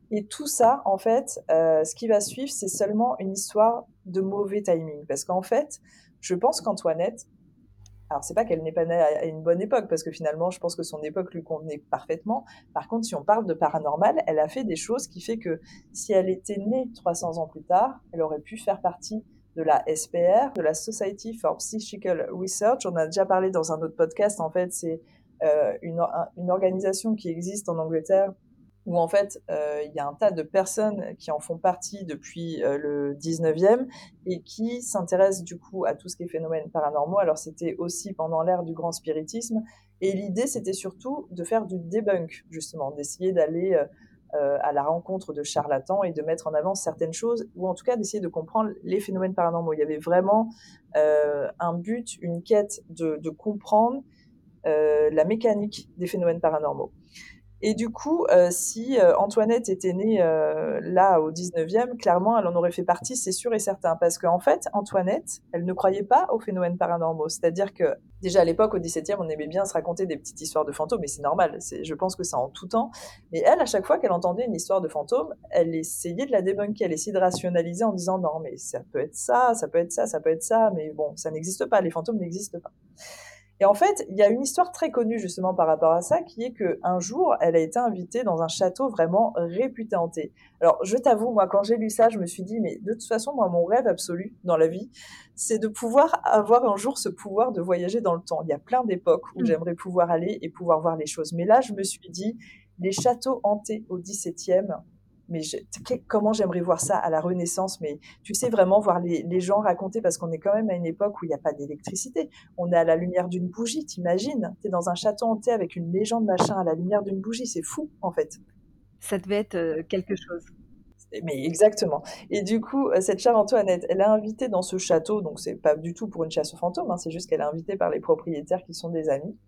Et tout ça, en fait, euh, ce qui va suivre, c'est seulement une histoire de mauvais timing. Parce qu'en fait, je pense qu'Antoinette, alors c'est pas qu'elle n'est pas née à à une bonne époque, parce que finalement, je pense que son époque lui convenait parfaitement. Par contre, si on parle de paranormal, elle a fait des choses qui fait que si elle était née trois cents ans plus tard, elle aurait pu faire partie de la S P R, de la Society for Psychical Research. On a déjà parlé dans un autre podcast. En fait, c'est euh, une, un- une organisation qui existe en Angleterre où en fait euh, il y a un tas de personnes qui en font partie depuis euh, le dix-neuvième et qui s'intéressent du coup à tout ce qui est phénomènes paranormaux. Alors c'était aussi pendant l'ère du grand spiritisme et l'idée c'était surtout de faire du debunk justement, d'essayer d'aller euh, euh, à la rencontre de charlatans et de mettre en avant certaines choses ou en tout cas d'essayer de comprendre les phénomènes paranormaux. Il y avait vraiment euh, un but, une quête de, de comprendre euh, la mécanique des phénomènes paranormaux. Et du coup, euh, si euh, Antoinette était née euh, là au dix-neuvième, clairement, elle en aurait fait partie, c'est sûr et certain. Parce qu'en fait, Antoinette, elle ne croyait pas aux phénomènes paranormaux. C'est-à-dire que déjà à l'époque, au dix-septième, on aimait bien se raconter des petites histoires de fantômes, et c'est normal. C'est, je pense que c'est en tout temps. Mais elle, à chaque fois qu'elle entendait une histoire de fantôme, elle essayait de la débunker, elle essayait de rationaliser en disant non, mais ça peut être ça, ça peut être ça, ça peut être ça, mais bon, ça n'existe pas. Les fantômes n'existent pas. Et en fait, il y a une histoire très connue justement par rapport à ça, qui est qu'un jour, elle a été invitée dans un château vraiment réputé hanté. Alors, je t'avoue, moi, quand j'ai lu ça, je me suis dit, mais de toute façon, moi, mon rêve absolu dans la vie, c'est de pouvoir avoir un jour ce pouvoir de voyager dans le temps. Il y a plein d'époques où Mmh. j'aimerais pouvoir aller et pouvoir voir les choses. Mais là, je me suis dit, les châteaux hantés au dix-septième, mais je- comment j'aimerais voir ça à la Renaissance, mais tu sais vraiment voir les, les gens raconter, parce qu'on est quand même à une époque où il n'y a pas d'électricité. On est à la lumière d'une bougie, t'imagines? T'es dans un château hanté avec une légende machin à la lumière d'une bougie, c'est fou en fait. Ça devait être, heu, quelque chose. Mais exactement. Et du coup, euh, cette chère Antoinette, elle est invitée dans ce château, donc c'est pas du tout pour une chasse aux fantômes, hein, c'est juste qu'elle est invitée par les propriétaires qui sont des amis.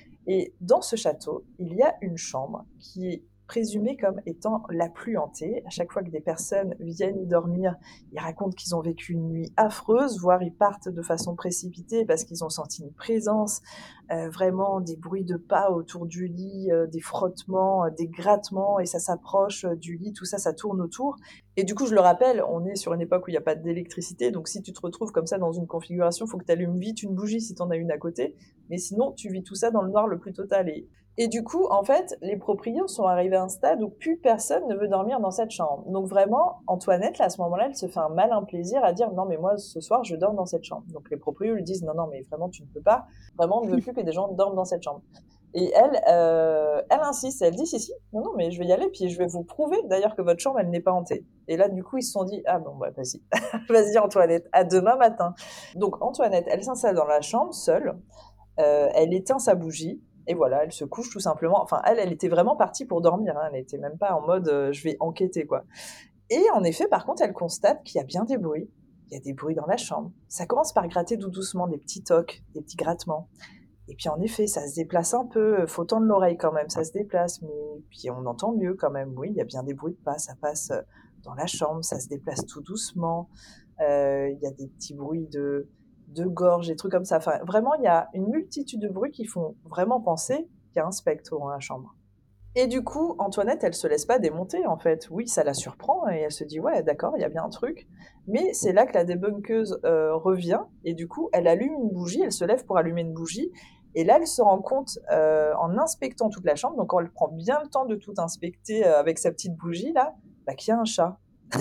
Et dans ce château, il y a une chambre qui est présumée comme étant la plus hantée. À chaque fois que des personnes viennent y dormir, ils racontent qu'ils ont vécu une nuit affreuse, voire ils partent de façon précipitée parce qu'ils ont senti une présence, euh, vraiment des bruits de pas autour du lit, euh, des frottements, euh, des grattements, et ça s'approche euh, du lit, tout ça, ça tourne autour. Et du coup, je le rappelle, on est sur une époque où il n'y a pas d'électricité, donc si tu te retrouves comme ça dans une configuration, il faut que tu allumes vite une bougie si tu en as une à côté, mais sinon, tu vis tout ça dans le noir le plus total. Et, et du coup, en fait, les propriétaires sont arrivés à un stade où plus personne ne veut dormir dans cette chambre. Donc vraiment, Antoinette, là, à ce moment-là, elle se fait un malin plaisir à dire non, mais moi, ce soir, je dors dans cette chambre. Donc les propriétaires lui disent non, non, mais vraiment, tu ne peux pas. Vraiment, on ne veut plus que des gens dorment dans cette chambre. Et elle, euh, elle insiste, elle dit si, si, non, non, mais je vais y aller, puis je vais vous prouver d'ailleurs que votre chambre, elle n'est pas hantée. Et là, du coup, ils se sont dit, ah bon, bah vas-y, vas-y Antoinette, à demain matin. Donc Antoinette, elle s'installe dans la chambre, seule, euh, elle éteint sa bougie, et voilà, elle se couche tout simplement. Enfin, elle, elle était vraiment partie pour dormir, hein, elle était même pas en mode, euh, je vais enquêter, quoi. Et en effet, par contre, elle constate qu'il y a bien des bruits. Il y a des bruits dans la chambre. Ça commence par gratter tout doucement, des petits tocs, des petits grattements. Et puis en effet, ça se déplace un peu, faut tendre l'oreille quand même, ça se déplace, mais puis on entend mieux quand même, oui, il y a bien des bruits de pas, ça passe euh, dans la chambre, ça se déplace tout doucement, euh, il y a des petits bruits de, de gorge, des trucs comme ça, enfin vraiment, il y a une multitude de bruits qui font vraiment penser qu'il y a un spectre dans la chambre. Et du coup, Antoinette, elle se laisse pas démonter en fait. Oui, ça la surprend et elle se dit ouais, d'accord, il y a bien un truc. Mais c'est là que la débunkeuse euh, revient et du coup, elle allume une bougie, elle se lève pour allumer une bougie. Et là, elle se rend compte euh, en inspectant toute la chambre, donc quand elle prend bien le temps de tout inspecter euh, avec sa petite bougie là, bah, qu'il y a un chat.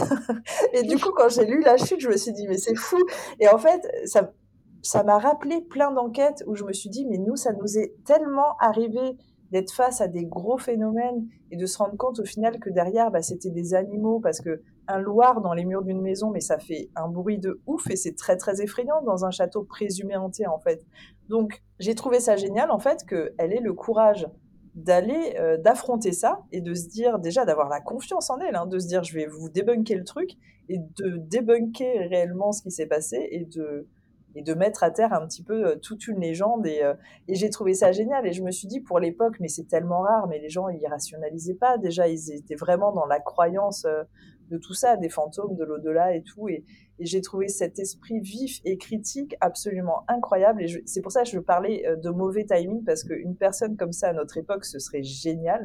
Et du coup, quand j'ai lu la chute, je me suis dit mais c'est fou. Et en fait, ça ça m'a rappelé plein d'enquêtes où je me suis dit mais nous, ça nous est tellement arrivé d'être face à des gros phénomènes et de se rendre compte au final que derrière, bah, c'était des animaux, parce que un loir dans les murs d'une maison, mais ça fait un bruit de ouf et c'est très très effrayant dans un château présumé hanté en fait. Donc j'ai trouvé ça génial en fait qu'elle ait le courage d'aller, euh, d'affronter ça et de se dire, déjà d'avoir la confiance en elle, hein, de se dire je vais vous débunker le truc et de débunker réellement ce qui s'est passé et de et de mettre à terre un petit peu euh, toute une légende et, euh, et j'ai trouvé ça génial et je me suis dit pour l'époque mais c'est tellement rare, mais les gens ils rationalisaient pas, déjà ils étaient vraiment dans la croyance euh, de tout ça, des fantômes, de l'au-delà et tout, et, et j'ai trouvé cet esprit vif et critique absolument incroyable et je, c'est pour ça que je parlais euh, de mauvais timing, parce qu'une personne comme ça à notre époque ce serait génial,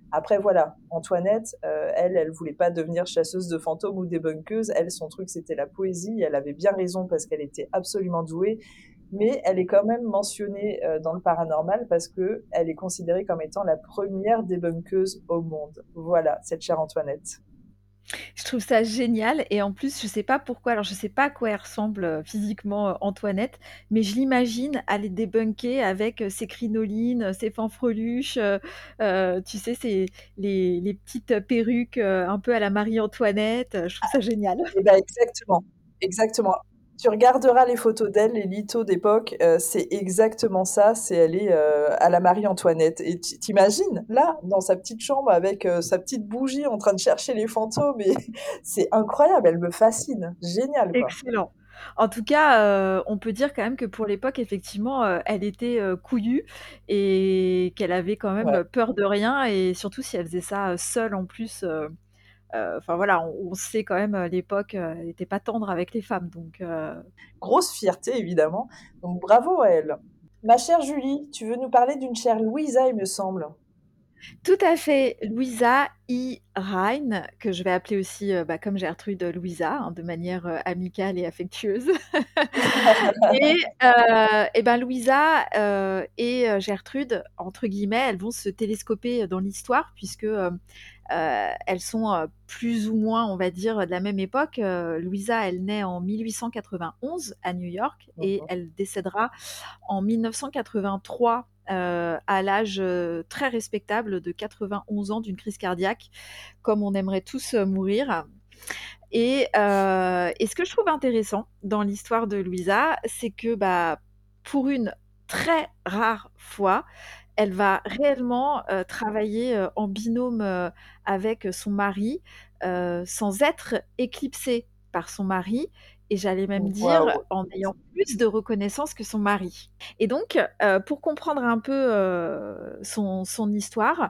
Après voilà, Antoinette, heu, elle, elle voulait pas devenir chasseuse de fantômes ou débunkeuse. Elle, son truc, c'était la poésie. Elle avait bien raison parce qu'elle était absolument douée, mais elle est quand même mentionnée, heu, dans le paranormal parce qu'elle est considérée comme étant la première débunkeuse au monde. Voilà, cette chère Antoinette. Je trouve ça génial et en plus, je sais pas pourquoi, alors je sais pas à quoi elle ressemble, heu, physiquement, heu, Antoinette, mais je l'imagine aller débunker avec, heu, ses crinolines, heu, ses fanfreluches, heu heu, tu sais, ses les les petites perruques, heu, un peu à la Marie-Antoinette, heu, je trouve ça génial. Et bah, exactement, exactement. Tu regarderas les photos d'elle, les lithos d'époque, heu, c'est exactement ça, c'est elle est, heu, à la Marie-Antoinette et tu tu imagines, là, dans sa petite chambre avec, heu, sa petite bougie en train de chercher les fantômes et c'est incroyable, elle me fascine, génial, quoi. Excellent. En tout cas, heu, on peut dire quand même que pour l'époque, effectivement, heu, elle était, heu, couillue et qu'elle avait quand Ouais. même peur de rien et surtout si elle faisait ça, heu, seule en plus, heu heu, enfin voilà, on on sait quand même, heu, l'époque, heu, elle était pas tendre avec les femmes donc heu Grosse fierté évidemment, donc bravo à elle. Ma chère Julie, tu veux nous parler d'une chère Louisa, il me semble? Tout à fait, Louisa E. Rhine, que je vais appeler aussi, heu, bah, comme Gertrude, heu, Louisa, hein, de manière, heu, amicale et affectueuse. Et heu et ben, Louisa, heu et heu, Gertrude, entre guillemets, elles vont se télescoper dans l'histoire puisque, hem, heu, elles sont, heu, plus ou moins, on va dire, de la même époque. Heu, Louisa, elle naît en mille huit cent quatre-vingt-onze à New York Mmh et mh. elle décédera en mille neuf cent quatre-vingt-trois, heu, à l'âge, heu, très respectable de quatre-vingt-onze ans d'une crise cardiaque, comme on aimerait tous, heu, mourir. Et heu et ce que je trouve intéressant dans l'histoire de Louisa, c'est que, bah, pour une très rare fois, elle va réellement, heu, travailler, heu, en binôme, heu, avec son mari, heu, sans être éclipsée par son mari et j'allais même dire Waouh! en ayant plus de reconnaissance que son mari. Et donc, heu, pour comprendre un peu, heu, son son histoire,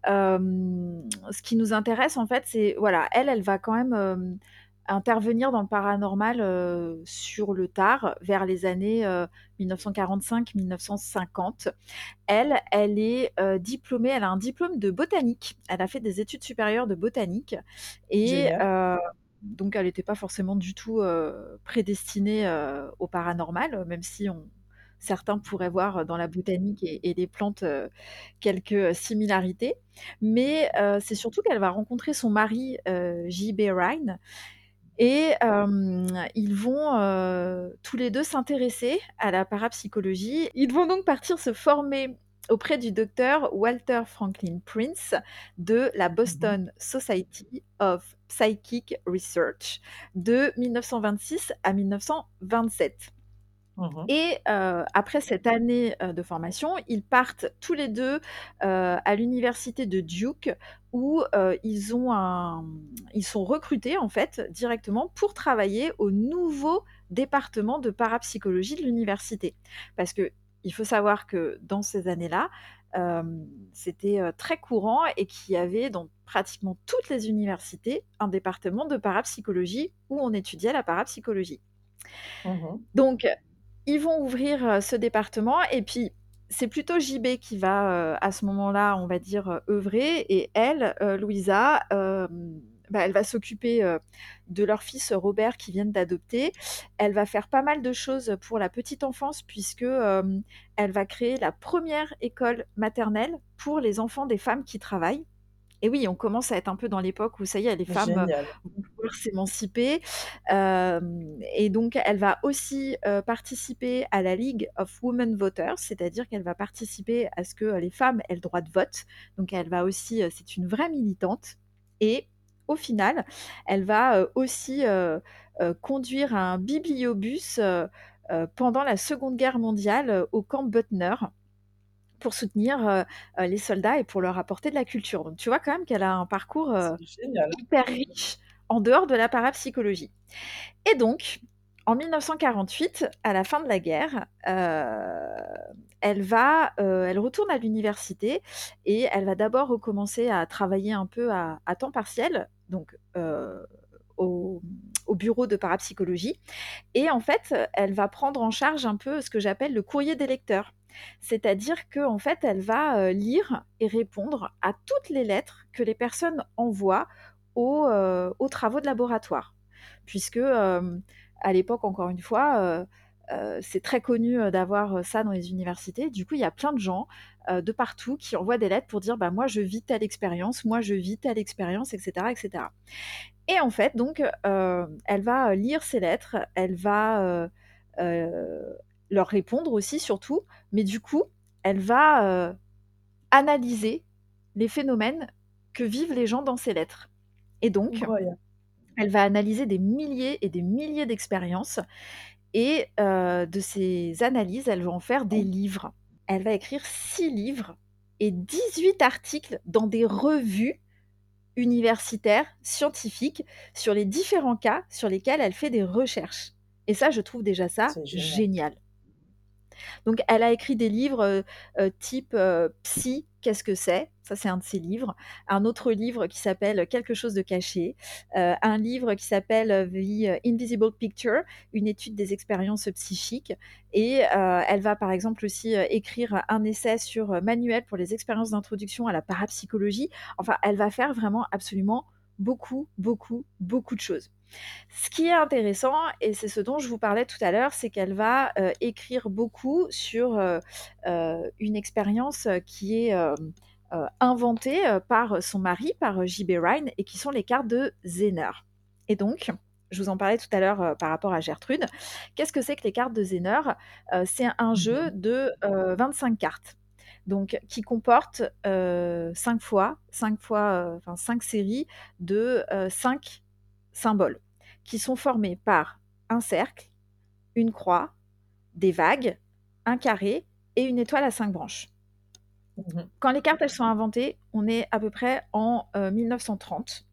hem, ce qui nous intéresse en fait, c'est voilà, elle, elle va quand même, hem, intervenir dans le paranormal, heu, sur le tard, vers les années, heu, mille neuf cent quarante-cinq-mille neuf cent cinquante. Elle, elle est, heu, diplômée, elle a un diplôme de botanique. Elle a fait des études supérieures de botanique et Génial. heu, donc elle était pas forcément du tout, heu, prédestinée, heu, au paranormal, même si on certains pourraient voir dans la botanique et et les plantes, heu, quelques, heu, similarités. Mais heu, c'est surtout qu'elle va rencontrer son mari, heu, J B. Rhine et hem, ils vont, heu, tous les deux s'intéresser à la parapsychologie. Ils vont donc partir se former auprès du docteur Walter Franklin Prince de la Mmh mh. Boston Society of Psychic Research de mille neuf cent vingt-six à mille neuf cent vingt-sept. Mmh mh. Et heu, après cette année, heu, de formation, ils partent tous les deux, heu, à l'université de Duke où, heu, ils ont un ils sont recrutés en fait directement pour travailler au nouveau département de parapsychologie de l'université. Parce qu'il faut savoir que dans ces années-là, hem, c'était, heu, très courant et qu'il y avait dans pratiquement toutes les universités un département de parapsychologie où on étudiait la parapsychologie. Mmh mh. Donc ils vont ouvrir, heu, ce département et puis c'est plutôt J B qui va, heu, à ce moment-là, on va dire, heu, œuvrer et elle, heu, Louisa, hem, bah, elle va s'occuper, heu, de leur fils Robert qu'ils viennent d'adopter. Elle va faire pas mal de choses pour la petite enfance puisque, hem, elle va créer la première école maternelle pour les enfants des femmes qui travaillent. Et oui, on commence à être un peu dans l'époque où ça y est, les femmes, heu, Génial. vont pouvoir s'émanciper. Hem et donc elle va aussi, heu, participer à la League of Women Voters, c'est-à-dire qu'elle va participer à ce que, heu, les femmes aient le droit de vote. Donc elle va aussi, heu, c'est une vraie militante et au final, elle va, heu, aussi, heu heu, conduire un bibliobus, heu heu, pendant la Seconde Guerre mondiale, heu, au camp Butner pour soutenir, heu heu, les soldats et pour leur apporter de la culture. Donc tu vois quand même qu'elle a un parcours, heu, C'est génial. hyper riche en dehors de la parapsychologie. Et donc, en mille neuf cent quarante-huit, à la fin de la guerre, heu, elle va, heu, elle retourne à l'université et elle va d'abord recommencer à travailler un peu à à temps partiel, donc heu, au au bureau de parapsychologie et en fait, elle va prendre en charge un peu ce que j'appelle le courrier des lecteurs. C'est-à-dire qu'en fait, elle va, heu, lire et répondre à toutes les lettres que les personnes envoient aux, heu, aux travaux de laboratoire. Puisque, hem, à l'époque, encore une fois, heu heu, c'est très connu, heu, d'avoir, heu, ça dans les universités. Du coup, il y a plein de gens, heu, de partout qui envoient des lettres pour dire: «Bah, moi, je vis telle expérience, moi, je vis telle expérience» et cetera et cetera. Et en fait, donc, heu, elle va, lire ces lettres, elle va, heu heu, leur répondre aussi surtout, mais du coup, elle va, heu, analyser les phénomènes que vivent les gens dans ces lettres. Et donc, Incroyable. elle va analyser des milliers et des milliers d'expériences et heu, de ces analyses, elle va en faire des livres. Elle va écrire six livres et dix-huit articles dans des revues universitaires, scientifiques, sur les différents cas sur lesquels elle fait des recherches. Et ça, je trouve déjà ça C'est génial. génial. Donc elle a écrit des livres, heu heu, type, heu, Psy, qu'est-ce que c'est? Ça, c'est un de ses livres. Un autre livre qui s'appelle Quelque chose de caché. Heu, un livre qui s'appelle, heu, The Invisible Picture, une étude des expériences psychiques. Et heu, elle va par exemple aussi, heu, écrire un essai sur, heu, Manuel pour les expériences d'introduction à la parapsychologie. Enfin, elle va faire vraiment absolument beaucoup, beaucoup, beaucoup de choses. Ce qui est intéressant, et c'est ce dont je vous parlais tout à l'heure, c'est qu'elle va, heu, écrire beaucoup sur, heu heu, une expérience, heu, qui est, hem, heu, inventée, heu, par son mari, par, heu, J B. Rhine, et qui sont les cartes de Zener. Et donc, je vous en parlais tout à l'heure, heu, par rapport à Gertrude. Qu'est-ce que c'est que les cartes de Zener? Heu, c'est un jeu Mmh. de, heu, vingt-cinq cartes, donc qui comporte, heu, cinq fois cinq fois, heu, enfin cinq séries de, heu, cinq symboles qui sont formés par un cercle, une croix, des vagues, un carré et une étoile à cinq branches. Mmh. Quand les cartes elles sont inventées, on est à peu près en euh, mille neuf cent trente.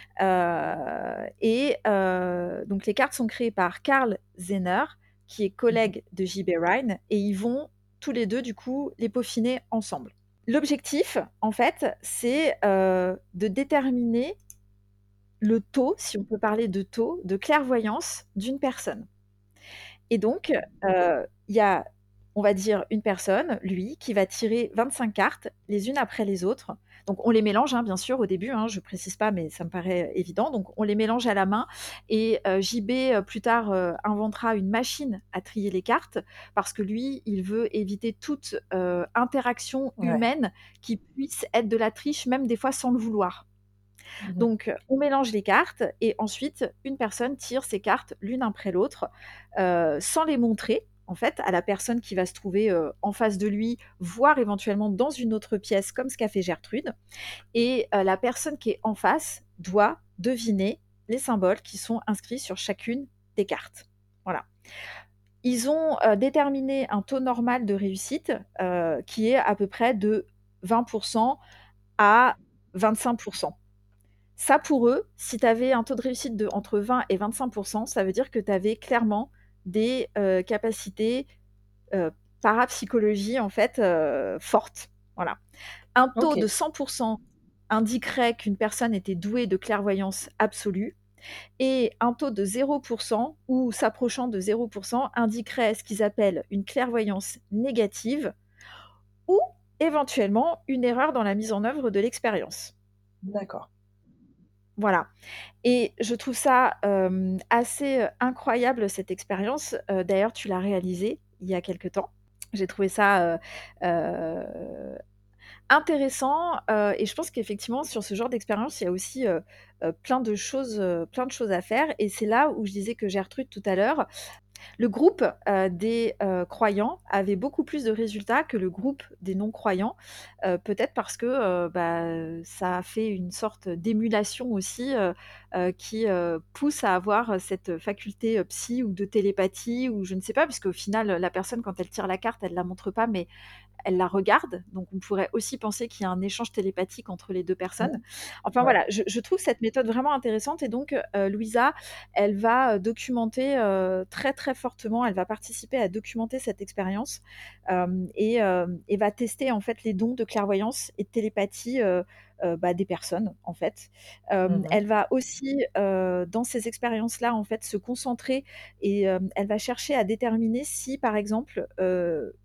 Euh, et euh, donc les cartes sont créées par Karl Zener, qui est Mmh. collègue de J B. Rhine, et ils vont tous les deux du coup les peaufiner ensemble. L'objectif, en fait, c'est euh, de déterminer le taux, si on peut parler de taux, de clairvoyance d'une personne. Et donc, heu, il y a, on va dire, une personne, lui, qui va tirer vingt-cinq cartes, les unes après les autres. Donc on les mélange, hein, bien sûr, au début, hein, je précise pas, mais ça me paraît évident. Donc on les mélange à la main, et heu, J B, heu, plus tard, heu, inventera une machine à trier les cartes parce que lui, il veut éviter toute, heu, interaction Ouais. humaine qui puisse être de la triche, même des fois sans le vouloir. Mmh. Donc, on mélange les cartes et ensuite, une personne tire ses cartes l'une après l'autre, heu, sans les montrer, en fait, à la personne qui va se trouver, heu, en face de lui, voire éventuellement dans une autre pièce, comme ce qu'a fait Gertrude. Et heu, la personne qui est en face doit deviner les symboles qui sont inscrits sur chacune des cartes. Voilà. Ils ont, heu, déterminé un taux normal de réussite, heu, qui est à peu près de vingt à vingt-cinq. Ça, pour eux, si tu avais un taux de réussite de entre vingt et vingt-cinq, ça veut dire que tu avais clairement des, heu, capacités, heu, parapsychologie, en fait, heu, fortes. Voilà. Un taux de OK. cent indiquerait qu'une personne était douée de clairvoyance absolue, et un taux de zéro ou s'approchant de zéro indiquerait ce qu'ils appellent une clairvoyance négative ou éventuellement une erreur dans la mise en œuvre de l'expérience. D'accord. Voilà. Et je trouve ça, hem, assez, heu, incroyable cette expérience. Heu, d'ailleurs, tu l'as réalisée il y a quelque temps. J'ai trouvé ça, heu heu, intéressant, heu et je pense qu'effectivement sur ce genre d'expérience, il y a aussi, heu heu, plein de choses, heu, plein de choses à faire, et c'est là où je disais que Gertrude tout à l'heure, le groupe, heu, des, heu, croyants avait beaucoup plus de résultats que le groupe des non-croyants, heu, peut-être parce que, heu, bah, ça a fait une sorte d'émulation aussi, heu heu, qui, heu, pousse à avoir cette faculté, heu, psy ou de télépathie ou je ne sais pas, puisqu'au final, la personne quand elle tire la carte, elle la montre pas, mais elle la regarde, donc on pourrait aussi penser qu'il y a un échange télépathique entre les deux personnes. Mmh. Enfin Ouais. voilà, je je trouve cette méthode vraiment intéressante, et donc heu, Louisa, elle va, heu, documenter, heu, très, très fortement, elle va participer à documenter cette expérience, hem et hem et va tester en fait les dons de clairvoyance et de télépathie, heu heu, bah, des personnes en fait. Hem, Mmh. elle va aussi, heu, dans ces expériences-là, en fait, se concentrer, et hem, elle va chercher à déterminer si, par exemple, heu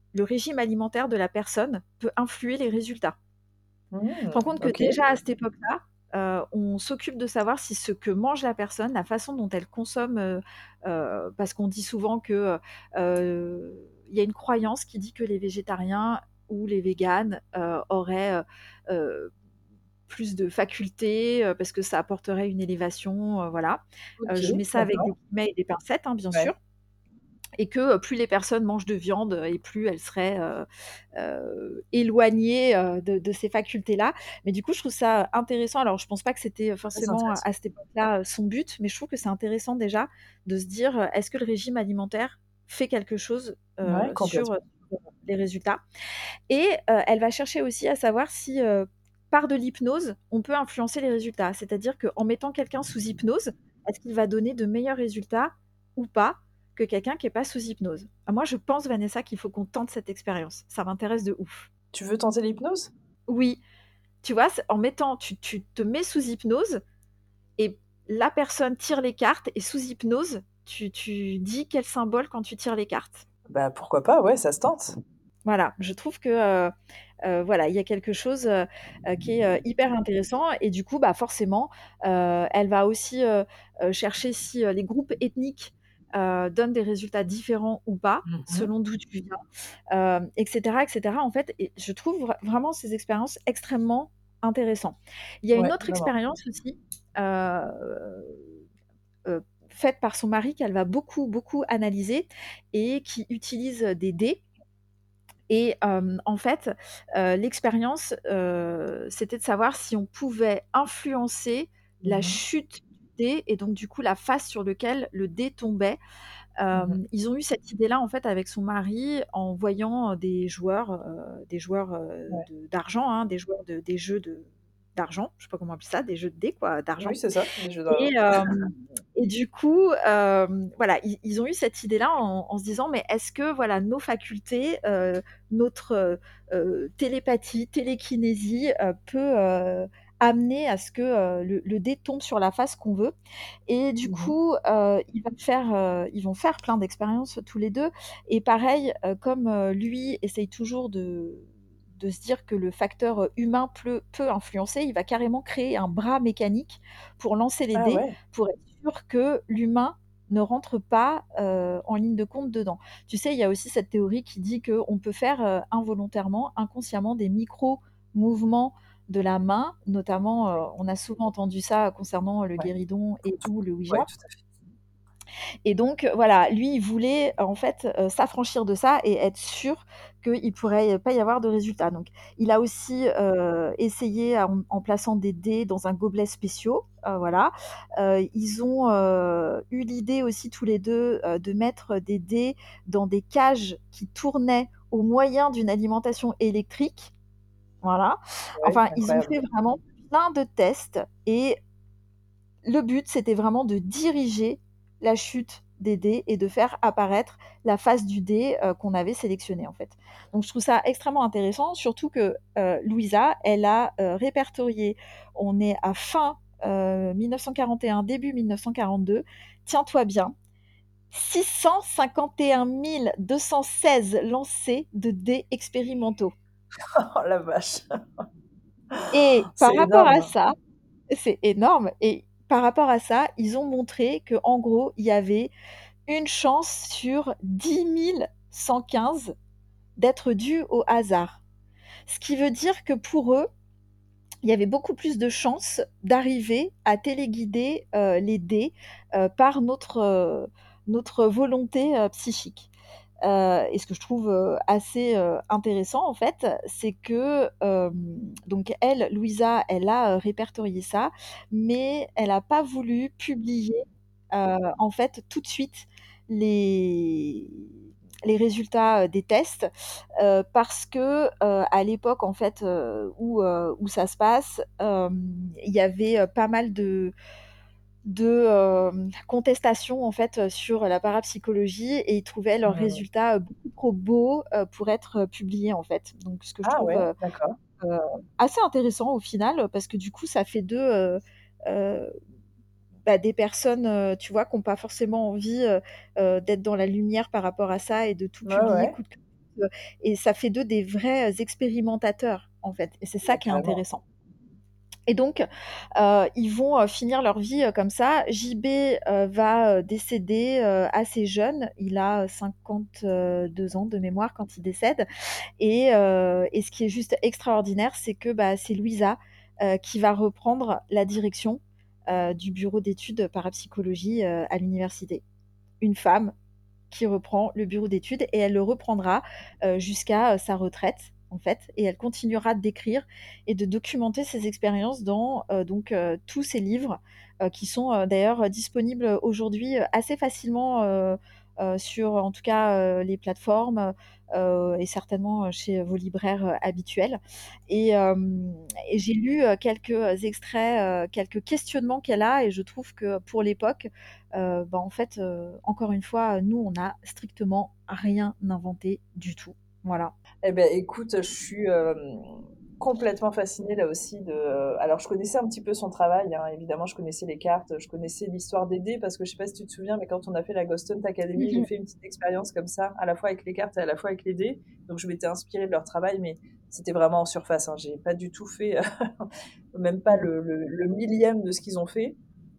le régime alimentaire de la personne peut influer les résultats. Mmh, Tu te rends compte que OK. déjà à cette époque-là, heu, on s'occupe de savoir si ce que mange la personne, la façon dont elle consomme, heu heu, parce qu'on dit souvent que, heu, il y a une croyance qui dit que les végétariens ou les véganes, heu, auraient, heu heu, plus de facultés, heu, parce que ça apporterait une élévation, heu, voilà. Heu, OK, je mets ça avec des d'accord. guillemets et des pincettes, hein, bien Ouais. sûr. Et que, heu, plus les personnes mangent de viande, heu, et plus elles seraient, heu heu, éloignées, heu, de de ces facultés-là. Mais du coup, je trouve ça intéressant. Alors, je pense pas que c'était, heu, Très forcément à intéressant. à cette époque-là, heu, son but, mais je trouve que c'est intéressant déjà de se dire, heu: «Est-ce que le régime alimentaire fait quelque chose, Ouais, heu, sur, heu, complètement. sur les résultats?» Et heu, elle va chercher aussi à savoir si, heu, par de l'hypnose, on peut influencer les résultats. C'est-à-dire qu'en mettant quelqu'un sous hypnose, est-ce qu'il va donner de meilleurs résultats ou pas que quelqu'un qui est pas sous hypnose? Ah moi, je pense, Vanessa, qu'il faut qu'on tente cette expérience. Ça m'intéresse de ouf. Tu veux tenter l'hypnose? Oui, tu vois? C'est en mettant tu tu te mets sous hypnose et la personne tire les cartes et sous hypnose, tu tu dis quel symbole quand tu tires les cartes. Bah, pourquoi pas, ouais, ça se tente. Voilà, je trouve que, heu heu, voilà, il y a quelque chose, heu heu, qui est, heu, hyper intéressant et du coup, bah, forcément, heu, elle va aussi, heu heu, chercher si, heu, les groupes ethniques, heu, donnent des résultats différents ou pas, Mmh mh. selon d'où tu viens, hem, et cetera, et cetera. En fait et je trouve vra vraiment ces expériences extrêmement intéressant. Il y a une Ouais, autre vraiment. expérience aussi, heu heu, faite par son mari qu'elle va beaucoup, beaucoup analyser et qui utilise, des dés et hem, en fait, heu, l'expérience, heu, c'était de savoir si on pouvait influencer la Mmh mh. chute du dé et donc du coup la face sur lequel le dé tombait. Mmh mh. Hem, ils ont eu cette idée-là en fait avec son mari en voyant, heu, des joueurs, heu, des joueurs, heu, Ouais. de d'argent, hein, des joueurs de des jeux de d'argent, je sais pas comment appeler ça, des jeux de dés quoi, Oui, d'argent c'est ça, des jeux et d'argent. hem et du coup, hem, voilà, ils ils ont eu cette idée-là en en se disant: «Mais est-ce que voilà nos facultés, heu, notre, heu heu, télépathie, télékinésie, heu, peut, heu, amener à ce que, heu, le le dé tombe sur la face qu'on veut?» Et du Mmh mh. coup, heu, ils vont faire, heu, ils vont faire plein d'expériences tous les deux et pareil, heu, comme, heu, lui essaye toujours de de se dire que le facteur, heu, humain pleu peut influencer, il va carrément créer un bras mécanique pour lancer les Ah dés, ouais? pour être sûr que l'humain ne rentre pas, heu, en ligne de compte dedans. Tu sais, il y a aussi cette théorie qui dit qu'on peut faire, heu, involontairement, inconsciemment des micro-mouvements de la main, notamment, heu, on a souvent entendu ça concernant le Ouais. guéridon et Tout ou le ouais, Ouija. tout à fait. Et donc, heu, voilà, lui, il voulait, en fait, heu, s'affranchir de ça et être sûr qu'il pourrait pas y avoir de résultats. Donc, il a aussi, heu, essayé en en plaçant des dés dans un gobelet spéciaux, heu, voilà. Heu, ils ont, heu, eu l'idée aussi tous les deux, heu, de mettre des dés dans des cages qui tournaient au moyen d'une alimentation électrique, voilà. Ouais, Enfin, ils ont incroyable. fait vraiment plein de tests et le but, c'était vraiment de diriger la chute des dés et de faire apparaître la face du dé, heu, qu'on avait sélectionné, en fait. Donc je trouve ça extrêmement intéressant, surtout que, heu, Louisa, elle a, heu, répertorié, on est à fin, heu, mille neuf cent quarante et un, début mille neuf cent quarante-deux, tiens-toi bien, six cent cinquante et un mille deux cent seize lancers de dés expérimentaux. Oh la vache! Et par C'est rapport à énorme. ça c'est énorme et par rapport à ça, ils ont montré qu'en gros, il y avait une chance sur dix mille cent quinze d'être due au hasard. Ce qui veut dire que pour eux, il y avait beaucoup plus de chances d'arriver à téléguider, heu, les dés, heu, par notre, heu, notre volonté, heu, psychique. Heu et ce que je trouve, heu, assez, heu, intéressant en fait, c'est que, hem, donc elle, Louisa, elle a, heu, répertorié ça, mais elle a pas voulu publier, heu, en fait tout de suite les les résultats, heu, des tests, heu, parce que, heu, à l'époque en fait, heu, où, heu, où ça se passe, hem, il y avait, heu, pas mal de de, hem, contestation en fait, heu, sur la parapsychologie et ils trouvaient leurs Mmh. résultats, heu, beaucoup trop beaux, heu, pour être, heu, publiés en fait. Donc ce que je Ah trouve, ouais, heu d'accord. heu, assez intéressant au final, parce que du coup ça fait d'eux, heu heu, bah, des personnes, heu, tu vois, qui ont pas forcément envie, heu heu, d'être dans la lumière par rapport à ça et de tout Ouais, publier ouais. coûte que coûte, heu et ça fait d'eux des vrais expérimentateurs, en fait et c'est ça Ouais, qui est carrément. intéressant. Et donc, heu, ils vont, heu, finir leur vie, heu, comme ça. J B, heu, va, heu, décéder, heu, assez jeune. Il a, heu, cinquante-deux ans de mémoire quand il décède et heu et ce qui est juste extraordinaire, c'est que, bah, c'est Louisa, heu, qui va reprendre la direction, heu, du bureau d'études parapsychologie, heu, à l'université. Une femme qui reprend le bureau d'études et elle le reprendra, heu, jusqu'à, heu, sa retraite, en fait et elle continuera d'écrire et de documenter ses expériences dans, heu, donc heu, tous ses livres, heu, qui sont, heu, d'ailleurs, heu, disponibles aujourd'hui, heu, assez facilement, heu heu, sur, en tout cas, heu, les plateformes, heu et certainement, heu, chez vos libraires, heu, habituels et hem et j'ai lu, heu, quelques extraits, heu, quelques questionnements qu'elle a et je trouve que pour l'époque, Heu, bah, en fait, heu, encore une fois, nous, on n'a strictement rien inventé du tout. Voilà. Eh ben, écoute, je suis, hem, complètement fascinée là aussi de, heu alors je connaissais un petit peu son travail, hein, évidemment, je connaissais les cartes, je connaissais l'histoire des dés parce que je sais pas si tu te souviens, mais quand on a fait la Ghost Hunt Academy, j'ai Mmh. fait une petite expérience comme ça, à la fois avec les cartes et à la fois avec les dés. Donc je m'étais inspirée de leur travail, mais c'était vraiment en surface, hein. J'ai pas du tout fait, même pas Mmh. le le le millième de ce qu'ils ont fait.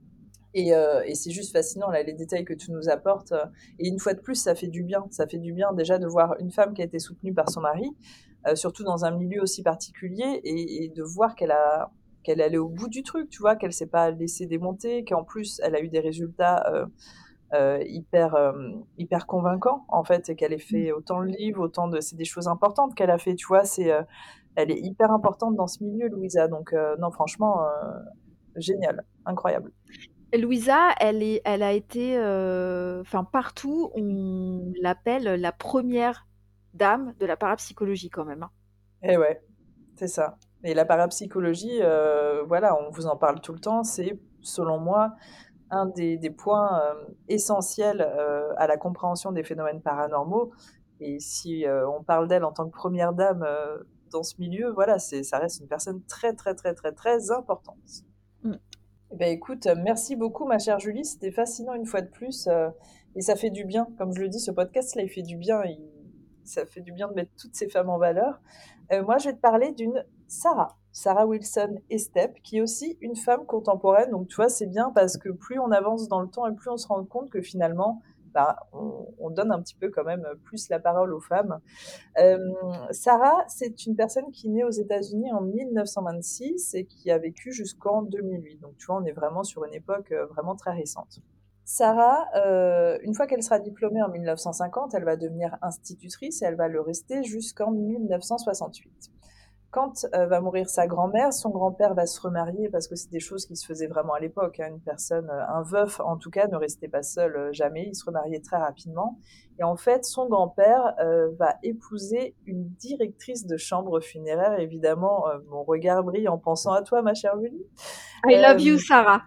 Et, heu, et c'est juste fascinant là, les détails que tu nous apportes. euh, Et une fois de plus, ça fait du bien. Ça fait du bien déjà de voir une femme qui a été soutenue par son mari, heu, surtout dans un milieu aussi particulier, et, et de voir qu'elle a qu'elle est allée au bout du truc, tu vois, qu'elle s'est pas laissée démonter, qu'en plus elle a eu des résultats euh, euh, hyper euh, hyper convaincants en fait, et qu'elle ait Mmh. fait autant de livres, autant de, c'est des choses importantes qu'elle a fait, tu vois. C'est, euh, elle est hyper importante dans ce milieu, Louisa. Donc euh, non, franchement, euh, génial, incroyable. Louisa, elle est elle a été, heu, enfin partout, on l'appelle la première dame de la parapsychologie quand même, hein. Et ouais. C'est ça. Et la parapsychologie, heu, voilà, on vous en parle tout le temps, c'est, selon moi, un des des points, hem, essentiels, heu, à la compréhension des phénomènes paranormaux. Et si, heu, on parle d'elle en tant que première dame, heu, dans ce milieu, voilà, c'est, ça reste une personne très, très, très, très, très importante. Mmh. Eh ben, écoute, heu, merci beaucoup ma chère Julie, c'était fascinant une fois de plus, heu, et ça fait du bien. Comme je le dis, ce podcast-là, il fait du bien, il ça fait du bien de mettre toutes ces femmes en valeur. Heu, moi, je vais te parler d'une Sarah, Sarah Wilson Estep, qui est aussi une femme contemporaine. Donc tu vois, c'est bien parce que plus on avance dans le temps et plus on se rend compte que finalement, bah, on on donne un petit peu quand même plus la parole aux femmes. Euh, Sarah, c'est une personne qui est née aux États-Unis en mille neuf cent vingt-six et qui a vécu jusqu'en deux mille huit. Donc, tu vois, on est vraiment sur une époque euh, vraiment très récente. Sarah, euh, une fois qu'elle sera diplômée en mille neuf cent cinquante, elle va devenir institutrice et elle va le rester jusqu'en mille neuf cent soixante-huit. Quand euh, va mourir sa grand-mère, son grand-père va se remarier parce que c'est des choses qui se faisaient vraiment à l'époque, hein. Une personne, euh, un veuf en tout cas, ne restait pas seul euh, jamais. Il se remariait très rapidement. Et en fait, son grand-père euh, va épouser une directrice de chambre funéraire. Évidemment, euh, mon regard brille en pensant à toi, ma chère Julie. I love you Euh, Sarah.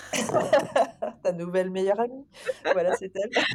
ta nouvelle meilleure amie. Voilà, c'est elle.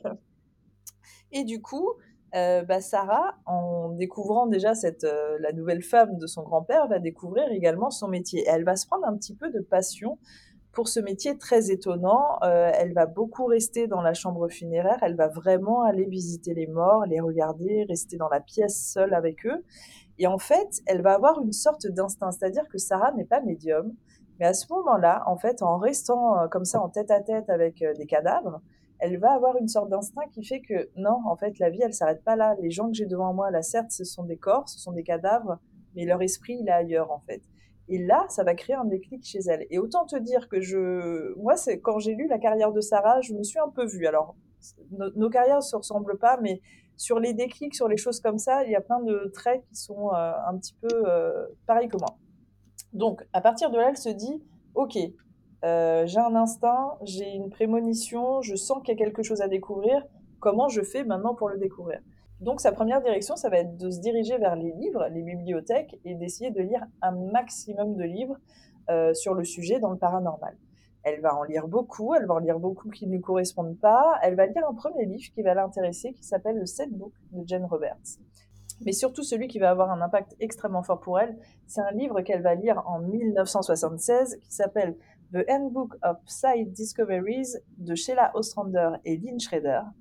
Et du coup, euh, bah, Sarah, en découvrant déjà cette, euh, la nouvelle femme de son grand-père, va découvrir également son métier. Et elle va se prendre un petit peu de passion pour ce métier très étonnant. Euh, elle va beaucoup rester dans la chambre funéraire, elle va vraiment aller visiter les morts, les regarder, rester dans la pièce seule avec eux. Et en fait, elle va avoir une sorte d'instinct, c'est-à-dire que Sarah n'est pas médium, mais à ce moment-là, en fait, en restant euh, comme ça en tête à tête avec euh, des cadavres, elle va avoir une sorte d'instinct qui fait que non, en fait, la vie, elle s'arrête pas là. Les gens que j'ai devant moi, là, certes, ce sont des corps, ce sont des cadavres, mais leur esprit, il est ailleurs, en fait. Et là, ça va créer un déclic chez elle. Et autant te dire que je, moi, c'est quand j'ai lu la carrière de Sarah, je me suis un peu vue. Alors, nos, nos carrières se ressemblent pas, mais sur les déclics, sur les choses comme ça, il y a plein de traits qui sont euh, un petit peu euh, pareils que moi. Donc, à partir de là, elle se dit, ok, euh, j'ai un instinct, j'ai une prémonition, je sens qu'il y a quelque chose à découvrir. Comment je fais maintenant pour le découvrir? Donc, sa première direction, ça va être de se diriger vers les livres, les bibliothèques, et d'essayer de lire un maximum de livres euh, sur le sujet dans le paranormal. Elle va en lire beaucoup, elle va en lire beaucoup qui ne lui correspondent pas. Elle va lire un premier livre qui va l'intéresser, qui s'appelle Le Sept Book de Jane Roberts. Mais surtout, celui qui va avoir un impact extrêmement fort pour elle, c'est un livre qu'elle va lire en mille neuf cent soixante-seize qui s'appelle The Handbook of Psy Discoveries de Sheila Ostrander et Lynn Schrader.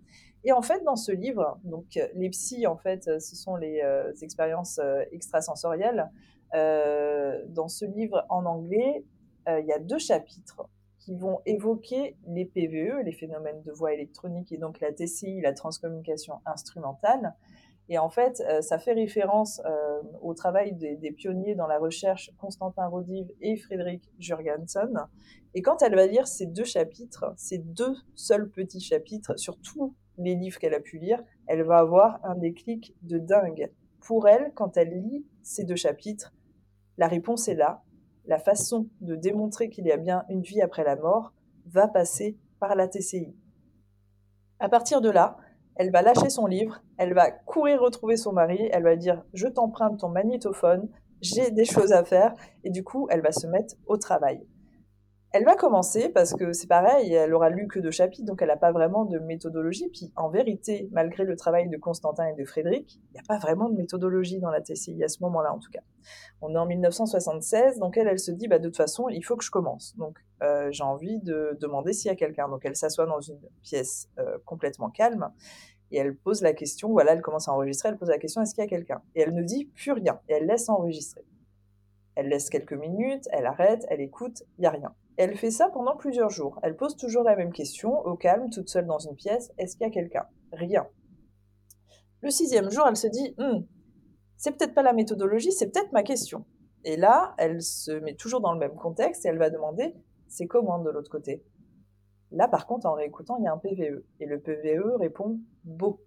Et en fait, dans ce livre, donc les psys, en fait, ce sont les euh, expériences euh, extrasensorielles. Euh, dans ce livre en anglais, euh, il y a deux chapitres qui vont évoquer les P V E, les phénomènes de voix électronique, et donc la T C I, la transcommunication instrumentale. Et en fait, euh, ça fait référence euh, au travail des, des pionniers dans la recherche, Constantin Rodive et Frédéric Jurgenson. Et quand elle va lire ces deux chapitres, ces deux seuls petits chapitres, sur tous les livres qu'elle a pu lire, elle va avoir un déclic de dingue. Pour elle, quand elle lit ces deux chapitres, la réponse est là. La façon de démontrer qu'il y a bien une vie après la mort va passer par la T C I. À partir de là, elle va lâcher son livre, elle va courir retrouver son mari, elle va dire « je t'emprunte ton magnétophone, j'ai des choses à faire » et du coup, elle va se mettre au travail. Elle va commencer parce que c'est pareil, elle aura lu que deux chapitres, donc elle n'a pas vraiment de méthodologie. Puis en vérité, malgré le travail de Constantin et de Frédéric, il n'y a pas vraiment de méthodologie dans la T C I à ce moment-là en tout cas. On est en mille neuf cent soixante-seize, donc elle, elle se dit, bah, de toute façon, il faut que je commence. Donc euh, j'ai envie de demander s'il y a quelqu'un. Donc elle s'assoit dans une pièce euh, complètement calme et elle pose la question, voilà, elle commence à enregistrer, elle pose la question, est-ce qu'il y a quelqu'un? Et elle ne dit plus rien, et elle laisse enregistrer. Elle laisse quelques minutes, elle arrête, elle écoute, il n'y a rien. Et elle fait ça pendant plusieurs jours. Elle pose toujours la même question, au calme, toute seule dans une pièce, est-ce qu'il y a quelqu'un? Rien. Le sixième jour, elle se dit, hm, c'est peut-être pas la méthodologie, c'est peut-être ma question. Et là, elle se met toujours dans le même contexte et elle va demander, c'est comment de l'autre côté? Là, par contre, en réécoutant, il y a un P V E. Et le P V E répond beau.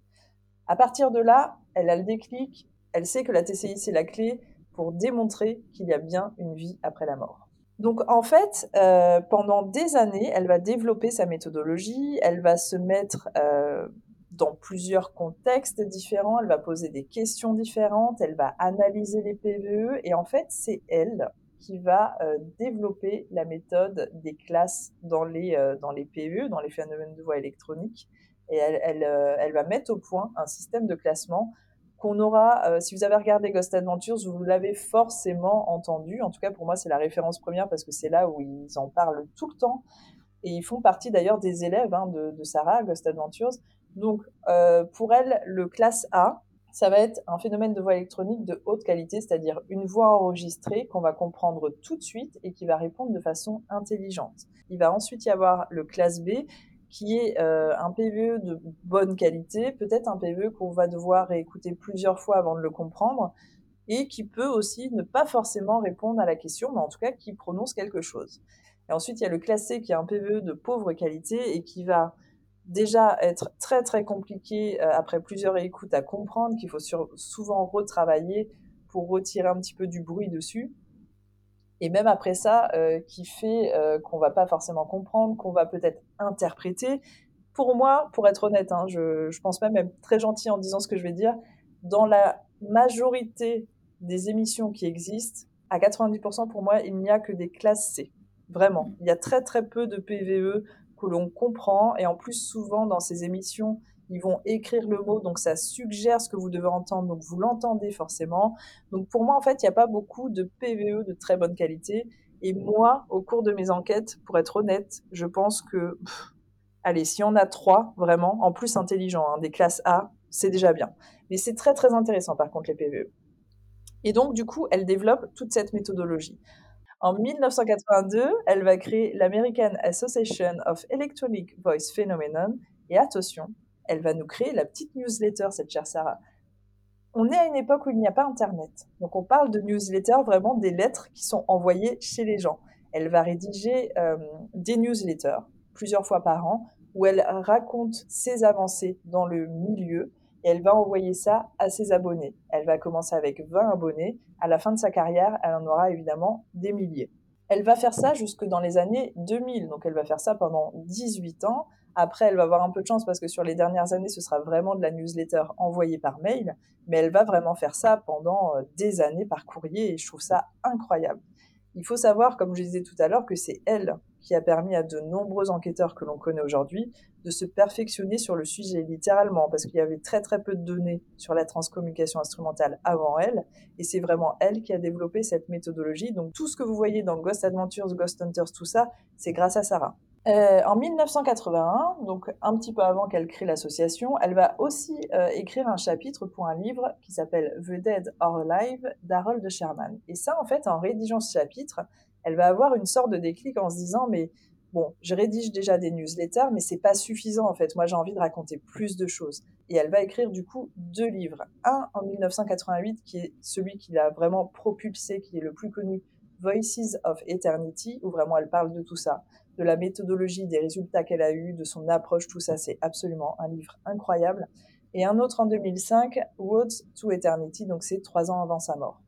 À partir de là, elle a le déclic, elle sait que la T C I, c'est la clé pour démontrer qu'il y a bien une vie après la mort. Donc en fait, euh, pendant des années, elle va développer sa méthodologie, elle va se mettre euh, dans plusieurs contextes différents, elle va poser des questions différentes, elle va analyser les P V E, et en fait, c'est elle qui va euh, développer la méthode des classes dans les, euh, dans les P V E, dans les phénomènes de voix électroniques, et elle, elle, euh, elle va mettre au point un système de classement qu'on aura, euh, si vous avez regardé Ghost Adventures, vous l'avez forcément entendu. En tout cas, pour moi, c'est la référence première parce que c'est là où ils en parlent tout le temps. Et ils font partie d'ailleurs des élèves hein, de, de Sarah, Ghost Adventures. Donc, euh, pour elle, le classe A, ça va être un phénomène de voix électronique de haute qualité, c'est-à-dire une voix enregistrée qu'on va comprendre tout de suite et qui va répondre de façon intelligente. Il va ensuite y avoir le classe B, qui est euh, un P V E de bonne qualité, peut-être un P V E qu'on va devoir réécouter plusieurs fois avant de le comprendre, et qui peut aussi ne pas forcément répondre à la question, mais en tout cas qui prononce quelque chose. Et ensuite, il y a le classe C qui est un P V E de pauvre qualité et qui va déjà être très très compliqué euh, après plusieurs réécoutes à comprendre, qu'il faut sur, souvent retravailler pour retirer un petit peu du bruit dessus. Et même après ça, euh, qui fait euh, qu'on va pas forcément comprendre, qu'on va peut-être interpréter. Pour moi, pour être honnête, hein, je, je pense même être très gentil en disant ce que je vais dire, dans la majorité des émissions qui existent, à quatre-vingt-dix pour cent pour moi, il n'y a que des classes C. Vraiment. Il y a très très peu de P V E que l'on comprend, et en plus souvent dans ces émissions, ils vont écrire le mot, donc ça suggère ce que vous devez entendre, donc vous l'entendez forcément. Donc pour moi, en fait, il n'y a pas beaucoup de P V E de très bonne qualité. Et moi, au cours de mes enquêtes, pour être honnête, je pense que, pff, allez, si on a trois, vraiment, en plus intelligents, hein, des classes A, c'est déjà bien. Mais c'est très très intéressant par contre les P V E. Et donc du coup, elle développe toute cette méthodologie. En mille neuf cent quatre-vingt-deux, elle va créer l'American Association of Electronic Voice Phenomenon. Et attention, elle va nous créer la petite newsletter, cette chère Sarah. On est à une époque où il n'y a pas Internet. Donc on parle de newsletter, vraiment des lettres qui sont envoyées chez les gens. Elle va rédiger euh, des newsletters plusieurs fois par an où elle raconte ses avancées dans le milieu et elle va envoyer ça à ses abonnés. Elle va commencer avec vingt abonnés. À la fin de sa carrière, elle en aura évidemment des milliers. Elle va faire ça jusque dans les années deux mille. Donc elle va faire ça pendant dix-huit ans. Après, elle va avoir un peu de chance parce que sur les dernières années, ce sera vraiment de la newsletter envoyée par mail. Mais elle va vraiment faire ça pendant des années par courrier et je trouve ça incroyable. Il faut savoir, comme je disais tout à l'heure, que c'est elle qui a permis à de nombreux enquêteurs que l'on connaît aujourd'hui de se perfectionner sur le sujet, littéralement, parce qu'il y avait très très peu de données sur la transcommunication instrumentale avant elle, et c'est vraiment elle qui a développé cette méthodologie. Donc tout ce que vous voyez dans Ghost Adventures, Ghost Hunters, tout ça, c'est grâce à Sarah. Euh, en mille neuf cent quatre-vingt-un, donc un petit peu avant qu'elle crée l'association, elle va aussi euh, écrire un chapitre pour un livre qui s'appelle The Dead or Alive d'Harold Sherman. Et ça, en fait, en rédigeant ce chapitre, elle va avoir une sorte de déclic en se disant, mais bon, je rédige déjà des newsletters, mais c'est pas suffisant en fait. Moi, j'ai envie de raconter plus de choses. Et elle va écrire du coup deux livres. Un en mille neuf cent quatre-vingt-huit, qui est celui qui l'a vraiment propulsé, qui est le plus connu, Voices of Eternity, où vraiment elle parle de tout ça, de la méthodologie, des résultats qu'elle a eus, de son approche, tout ça, c'est absolument un livre incroyable. Et un autre en deux mille cinq, Roads to Eternity, donc c'est trois ans avant sa mort.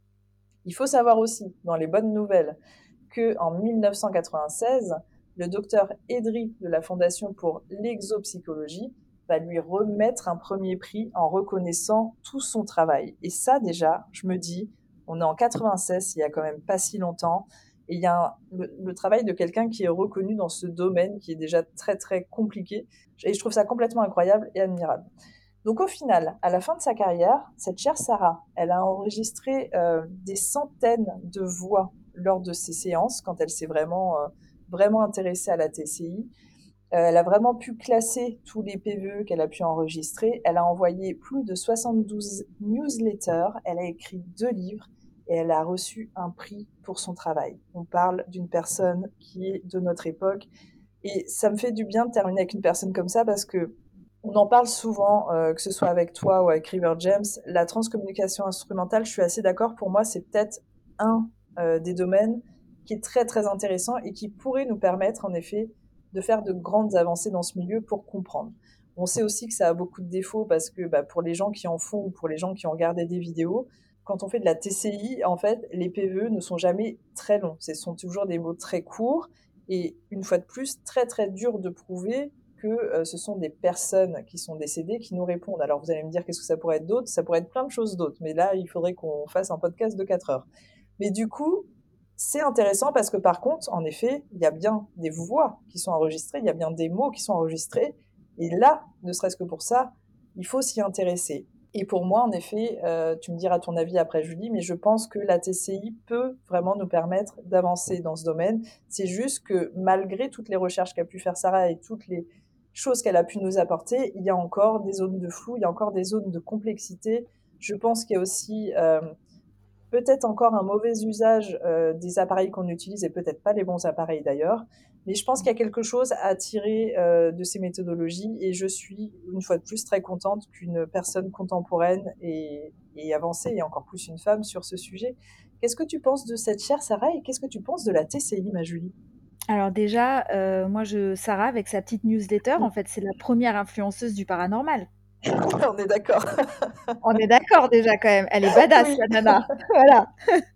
Il faut savoir aussi, dans les bonnes nouvelles, qu'en mille neuf cent quatre-vingt-seize, le docteur Edry de la Fondation pour l'exopsychologie va lui remettre un premier prix en reconnaissant tout son travail. Et ça, déjà, je me dis, on est en quatre-vingt-seize, il y a quand même pas si longtemps, et il y a un, le, le travail de quelqu'un qui est reconnu dans ce domaine qui est déjà très très compliqué. Et je trouve ça complètement incroyable et admirable. Donc au final, à la fin de sa carrière, cette chère Sarah, elle a enregistré euh, des centaines de voix lors de ses séances quand elle s'est vraiment, euh, vraiment intéressée à la T C I. Euh, elle a vraiment pu classer tous les P V E qu'elle a pu enregistrer. Elle a envoyé plus de soixante-douze newsletters. Elle a écrit deux livres et elle a reçu un prix pour son travail. On parle d'une personne qui est de notre époque. Et ça me fait du bien de terminer avec une personne comme ça parce que on en parle souvent, euh, que ce soit avec toi ou avec River James. La transcommunication instrumentale, je suis assez d'accord. Pour moi, c'est peut-être un euh, des domaines qui est très très intéressant et qui pourrait nous permettre, en effet, de faire de grandes avancées dans ce milieu pour comprendre. On sait aussi que ça a beaucoup de défauts parce que bah, pour les gens qui en font ou pour les gens qui ont regardé des vidéos, quand on fait de la T C I, en fait, les P V E ne sont jamais très longs. Ce sont toujours des mots très courts et une fois de plus, très très dur de prouver que euh, ce sont des personnes qui sont décédées qui nous répondent. Alors vous allez me dire qu'est-ce que ça pourrait être d'autre? Ça pourrait être plein de choses d'autres, mais là il faudrait qu'on fasse un podcast de quatre heures. Mais du coup, c'est intéressant parce que par contre, en effet, il y a bien des voix qui sont enregistrées, il y a bien des mots qui sont enregistrés, et là, ne serait-ce que pour ça, il faut s'y intéresser. Et pour moi, en effet, euh, tu me diras ton avis après, Julie, mais je pense que la T C I peut vraiment nous permettre d'avancer dans ce domaine. C'est juste que malgré toutes les recherches qu'a pu faire Sarah et toutes les choses qu'elle a pu nous apporter, il y a encore des zones de flou, il y a encore des zones de complexité. Je pense qu'il y a aussi euh, peut-être encore un mauvais usage euh, des appareils qu'on utilise et peut-être pas les bons appareils d'ailleurs. Mais je pense qu'il y a quelque chose à tirer euh, de ces méthodologies et je suis une fois de plus très contente qu'une personne contemporaine ait, ait avancé et encore plus une femme sur ce sujet. Qu'est-ce que tu penses de cette chère Sarah et qu'est-ce que tu penses de la T C I, ma Julie? Alors déjà, euh, moi, je, Sarah, avec sa petite newsletter, en fait, c'est la première influenceuse du paranormal. On est d'accord. On est d'accord déjà quand même. Elle est badass, Oui. la nana. Voilà.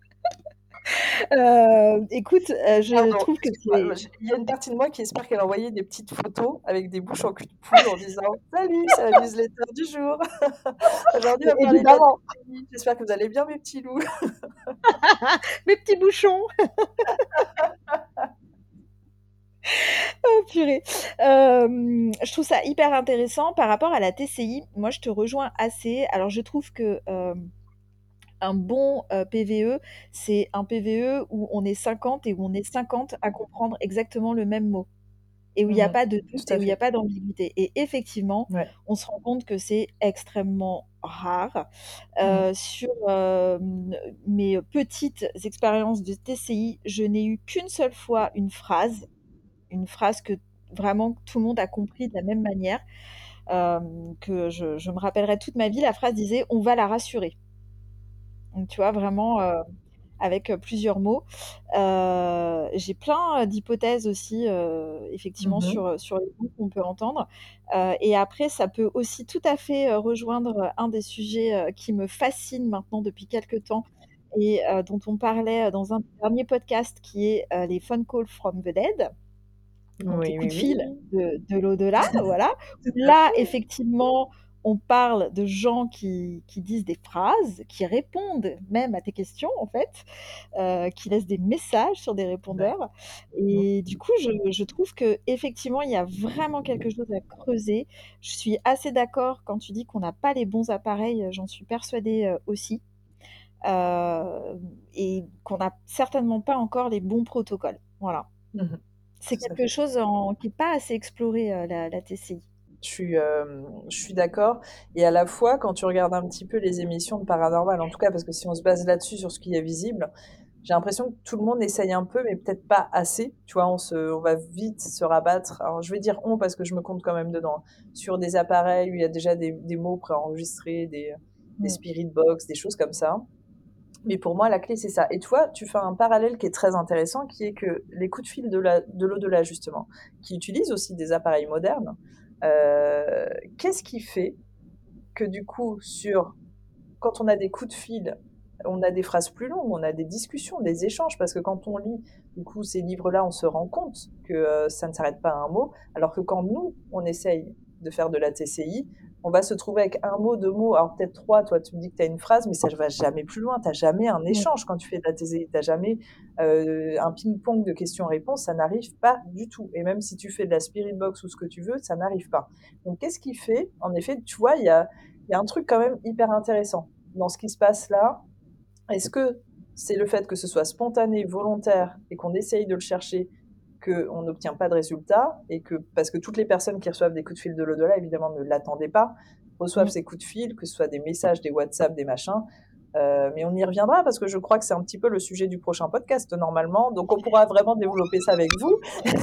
Euh, écoute, euh, je Pardon, trouve que excuse-moi. c'est... Il y a une partie de moi qui espère qu'elle a envoyé des petites photos avec des bouches en cul de poule en disant salut, c'est la newsletter du jour. Aujourd'hui, on va parler de la Évidemment, T C I. J'espère que vous allez bien, mes petits loups. mes petits bouchons. Oh, purée. Euh, je trouve ça hyper intéressant par rapport à la T C I. Moi, je te rejoins assez. Alors, je trouve que euh, un bon euh, P V E, c'est un P V E où on est cinquante et où on est cinquante à comprendre exactement le même mot. Et où il n'y a Mhm. pas de doute Tout et à où il n'y a fait. pas d'ambiguïté. Et effectivement, Ouais. on se rend compte que c'est extrêmement rare. Mhm. Euh, sur euh, mes petites expériences de T C I, je n'ai eu qu'une seule fois une phrase, une phrase que vraiment tout le monde a compris de la même manière, euh, que je, je me rappellerai toute ma vie. La phrase disait: on va la rassurer. Donc, tu vois, vraiment, euh, avec euh, plusieurs mots. Euh, j'ai plein euh, d'hypothèses aussi, euh, effectivement, Mhm. sur, sur les mots qu'on peut entendre. Euh, et après, ça peut aussi tout à fait euh, rejoindre euh, un des sujets euh, qui me fascine maintenant depuis quelques temps et euh, dont on parlait dans un dernier podcast, qui est euh, les phone calls from the dead, donc les Oui, coups oui, de oui. fil de, de l'au-delà, voilà. Tout à Là, fait. effectivement, on parle de gens qui, qui disent des phrases, qui répondent même à tes questions, en fait, euh, qui laissent des messages sur des Ouais. répondeurs. Et du coup, je, je trouve que effectivement, il y a vraiment quelque chose à creuser. Je suis assez d'accord quand tu dis qu'on n'a pas les bons appareils, j'en suis persuadée euh, aussi. Euh, et qu'on n'a certainement pas encore les bons protocoles. Voilà. Mhm. C'est Ça quelque fait chose en qui est pas assez exploré, heu, la la T C I. Je suis, hem, je suis d'accord et à la fois, quand tu regardes un petit peu les émissions de paranormal, en tout cas, parce que si on se base là-dessus, sur ce qui est visible, j'ai l'impression que tout le monde essaye un peu, mais peut-être pas assez. Tu vois? On se on va vite se rabattre, alors je vais dire «on» parce que je me compte quand même dedans, sur des appareils où il y a déjà des des mots préenregistrés, des, des Mmh. spirit box, des choses comme ça. Mais pour moi, la clé, c'est ça. Et tu vois, tu fais un parallèle qui est très intéressant, qui est que les coups de fil de la de l'au-delà, justement, qui utilisent aussi des appareils modernes, heu, qu'est-ce qui fait que du coup, sur quand on a des coups de fil, on a des phrases plus longues, on a des discussions, des échanges? Parce que quand on lit, du coup, ces livres-là, on se rend compte que, heu, ça ne s'arrête pas à un mot, alors que quand nous, on essaye de faire de la T C I, on va se trouver avec un mot, deux mots, alors peut-être trois. Toi, tu me dis que tu as une phrase, mais ça va jamais plus loin. Tu as jamais un Mmh. échange quand tu fais de la T C I. Tu as jamais, heu, un ping-pong de questions-réponses, ça n'arrive pas du tout et même si tu fais de la spirit box ou ce que tu veux, ça n'arrive pas. Donc qu'est-ce qui fait, en effet, tu vois, il y a il y a un truc quand même hyper intéressant dans ce qui se passe là. Est-ce que c'est le fait que ce soit spontané, volontaire et qu'on essaye de le chercher, qu'on n'obtient pas de résultat et que parce que toutes les personnes qui reçoivent des coups de fil de l'au-delà, évidemment, ne l'attendaient pas, reçoivent Mmh. ces coups de fil, que ce soit des messages, des WhatsApp, des machins, heu, mais on y reviendra parce que je crois que c'est un petit peu le sujet du prochain podcast, normalement, donc on pourra vraiment développer ça avec vous.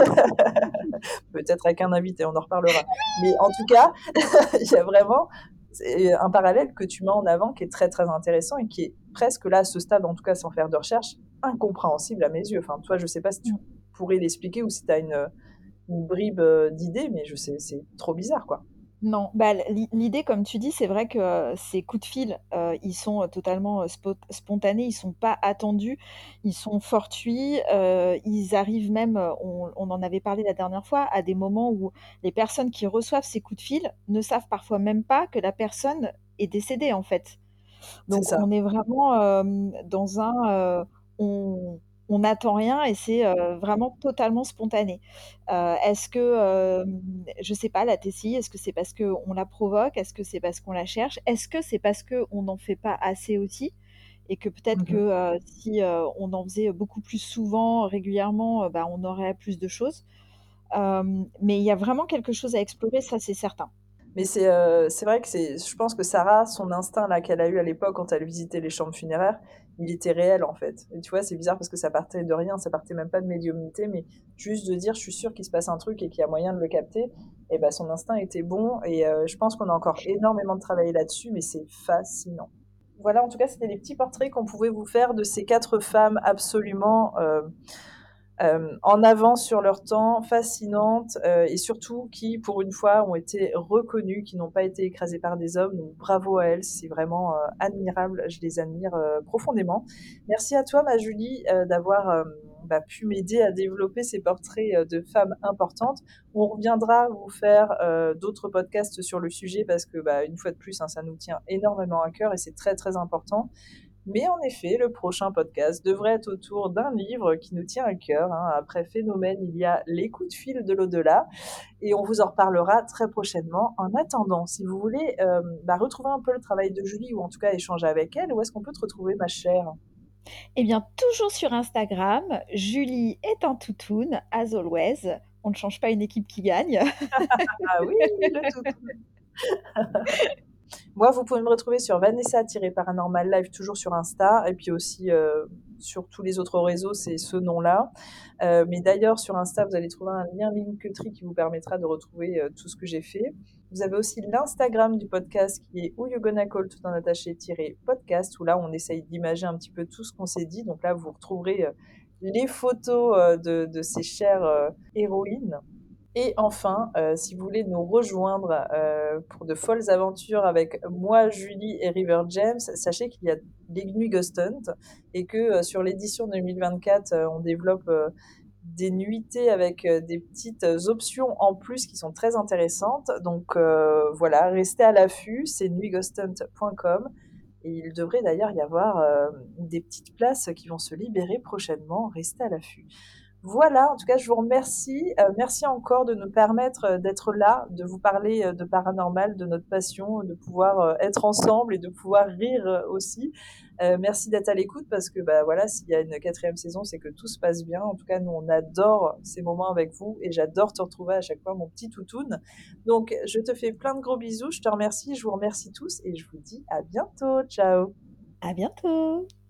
Peut-être avec un invité, on en reparlera. Mais en tout cas, il y a vraiment c'est un parallèle que tu mets en avant qui est très, très intéressant et qui est presque là, à ce stade, en tout cas sans faire de recherche, incompréhensible à mes yeux. Enfin, toi, je sais pas si tu Mmh. pourrais l'expliquer ou si tu as une, une bribe euh, d'idée, mais je sais, c'est trop bizarre, quoi. Non, bah, l'i l'idée, comme tu dis, c'est vrai que, heu, ces coups de fil, heu, ils sont, heu, totalement, heu, spot spontanés, ils sont pas attendus, ils sont fortuits, heu, ils arrivent même, heu, on on en avait parlé la dernière fois, à des moments où les personnes qui reçoivent ces coups de fil ne savent parfois même pas que la personne est décédée, en fait. C'est Donc ça. on est vraiment, hem, dans un, heu, on on n'attend rien et c'est, heu, vraiment totalement spontané. Heu, est-ce que, hem, je sais pas, la T C I, est-ce que c'est parce qu'on la provoque? Est-ce que c'est parce qu'on la cherche? Est-ce que c'est parce qu'on n'en fait pas assez aussi? Et que peut-être que, Mhm. heu, si, heu, on en faisait beaucoup plus souvent, régulièrement, heu, bah, on aurait plus de choses. Hem, mais il y a vraiment quelque chose à explorer, ça c'est certain. Mais c'est euh, c'est vrai que c'est, je pense que Sarah, son instinct là qu'elle a eu à l'époque quand elle visitait les chambres funéraires, il était réel en fait. Et tu vois, c'est bizarre parce que ça partait de rien, ça partait même pas de médiumnité, mais juste de dire, je suis sûre qu'il se passe un truc et qu'il y a moyen de le capter. Et ben son instinct était bon et euh, je pense qu'on a encore énormément de travail là-dessus, mais c'est fascinant. Voilà, en tout cas, c'était les petits portraits qu'on pouvait vous faire de ces quatre femmes absolument euh, euh, en avance sur leur temps, fascinantes euh, et surtout qui, pour une fois, ont été reconnues, qui n'ont pas été écrasées par des hommes. Donc bravo à elles, c'est vraiment euh, admirable. Je les admire euh, profondément. Merci à toi, ma Julie, euh, d'avoir euh, bah, pu m'aider à développer ces portraits euh, de femmes importantes. On reviendra vous faire euh, d'autres podcasts sur le sujet parce que, bah, une fois de plus, hein, ça nous tient énormément à cœur et c'est très très important. Mais en effet, le prochain podcast devrait être autour d'un livre qui nous tient à cœur, hein. Après Phénomène, il y a Les coups de fil de l'au-delà et on vous en reparlera très prochainement. En attendant, si vous voulez euh, bah, retrouver un peu le travail de Julie ou en tout cas échanger avec elle, où est-ce qu'on peut te retrouver, ma chère? Eh bien, toujours sur Instagram, Julie est un toutoun, as always. On ne change pas une équipe qui gagne. Ah oui, le tout. Moi, vous pouvez me retrouver sur Vanessa-Paranormal Live, toujours sur Insta, et puis aussi euh, sur tous les autres réseaux, c'est ce nom-là. Euh, mais d'ailleurs, sur Insta, vous allez trouver un lien Linktree qui vous permettra de retrouver euh, tout ce que j'ai fait. Vous avez aussi l'Instagram du podcast qui est Who You Gonna Call tout en attaché podcast, où là, on essaye d'imager un petit peu tout ce qu'on s'est dit. Donc là, vous retrouverez euh, les photos euh, de, de ces chères euh, héroïnes. Et enfin, euh, si vous voulez nous rejoindre euh, pour de folles aventures avec moi, Julie et River James, sachez qu'il y a les Nuits Ghost Hunt et que euh, sur l'édition deux mille vingt-quatre, euh, on développe euh, des nuitées avec euh, des petites options en plus qui sont très intéressantes. Donc euh, voilà, restez à l'affût, c'est nuit ghost hunt point com et il devrait d'ailleurs y avoir euh, des petites places qui vont se libérer prochainement. Restez à l'affût. Voilà, en tout cas, je vous remercie. Euh, merci encore de nous permettre euh, d'être là, de vous parler euh, de paranormal, de notre passion, de pouvoir euh, être ensemble et de pouvoir rire euh, aussi. Euh, merci d'être à l'écoute parce que bah voilà, s'il y a une quatrième saison, c'est que tout se passe bien. En tout cas, nous on adore ces moments avec vous et j'adore te retrouver à chaque fois, mon petit toutoun. Donc, je te fais plein de gros bisous. Je te remercie, je vous remercie tous et je vous dis à bientôt. Ciao. À bientôt!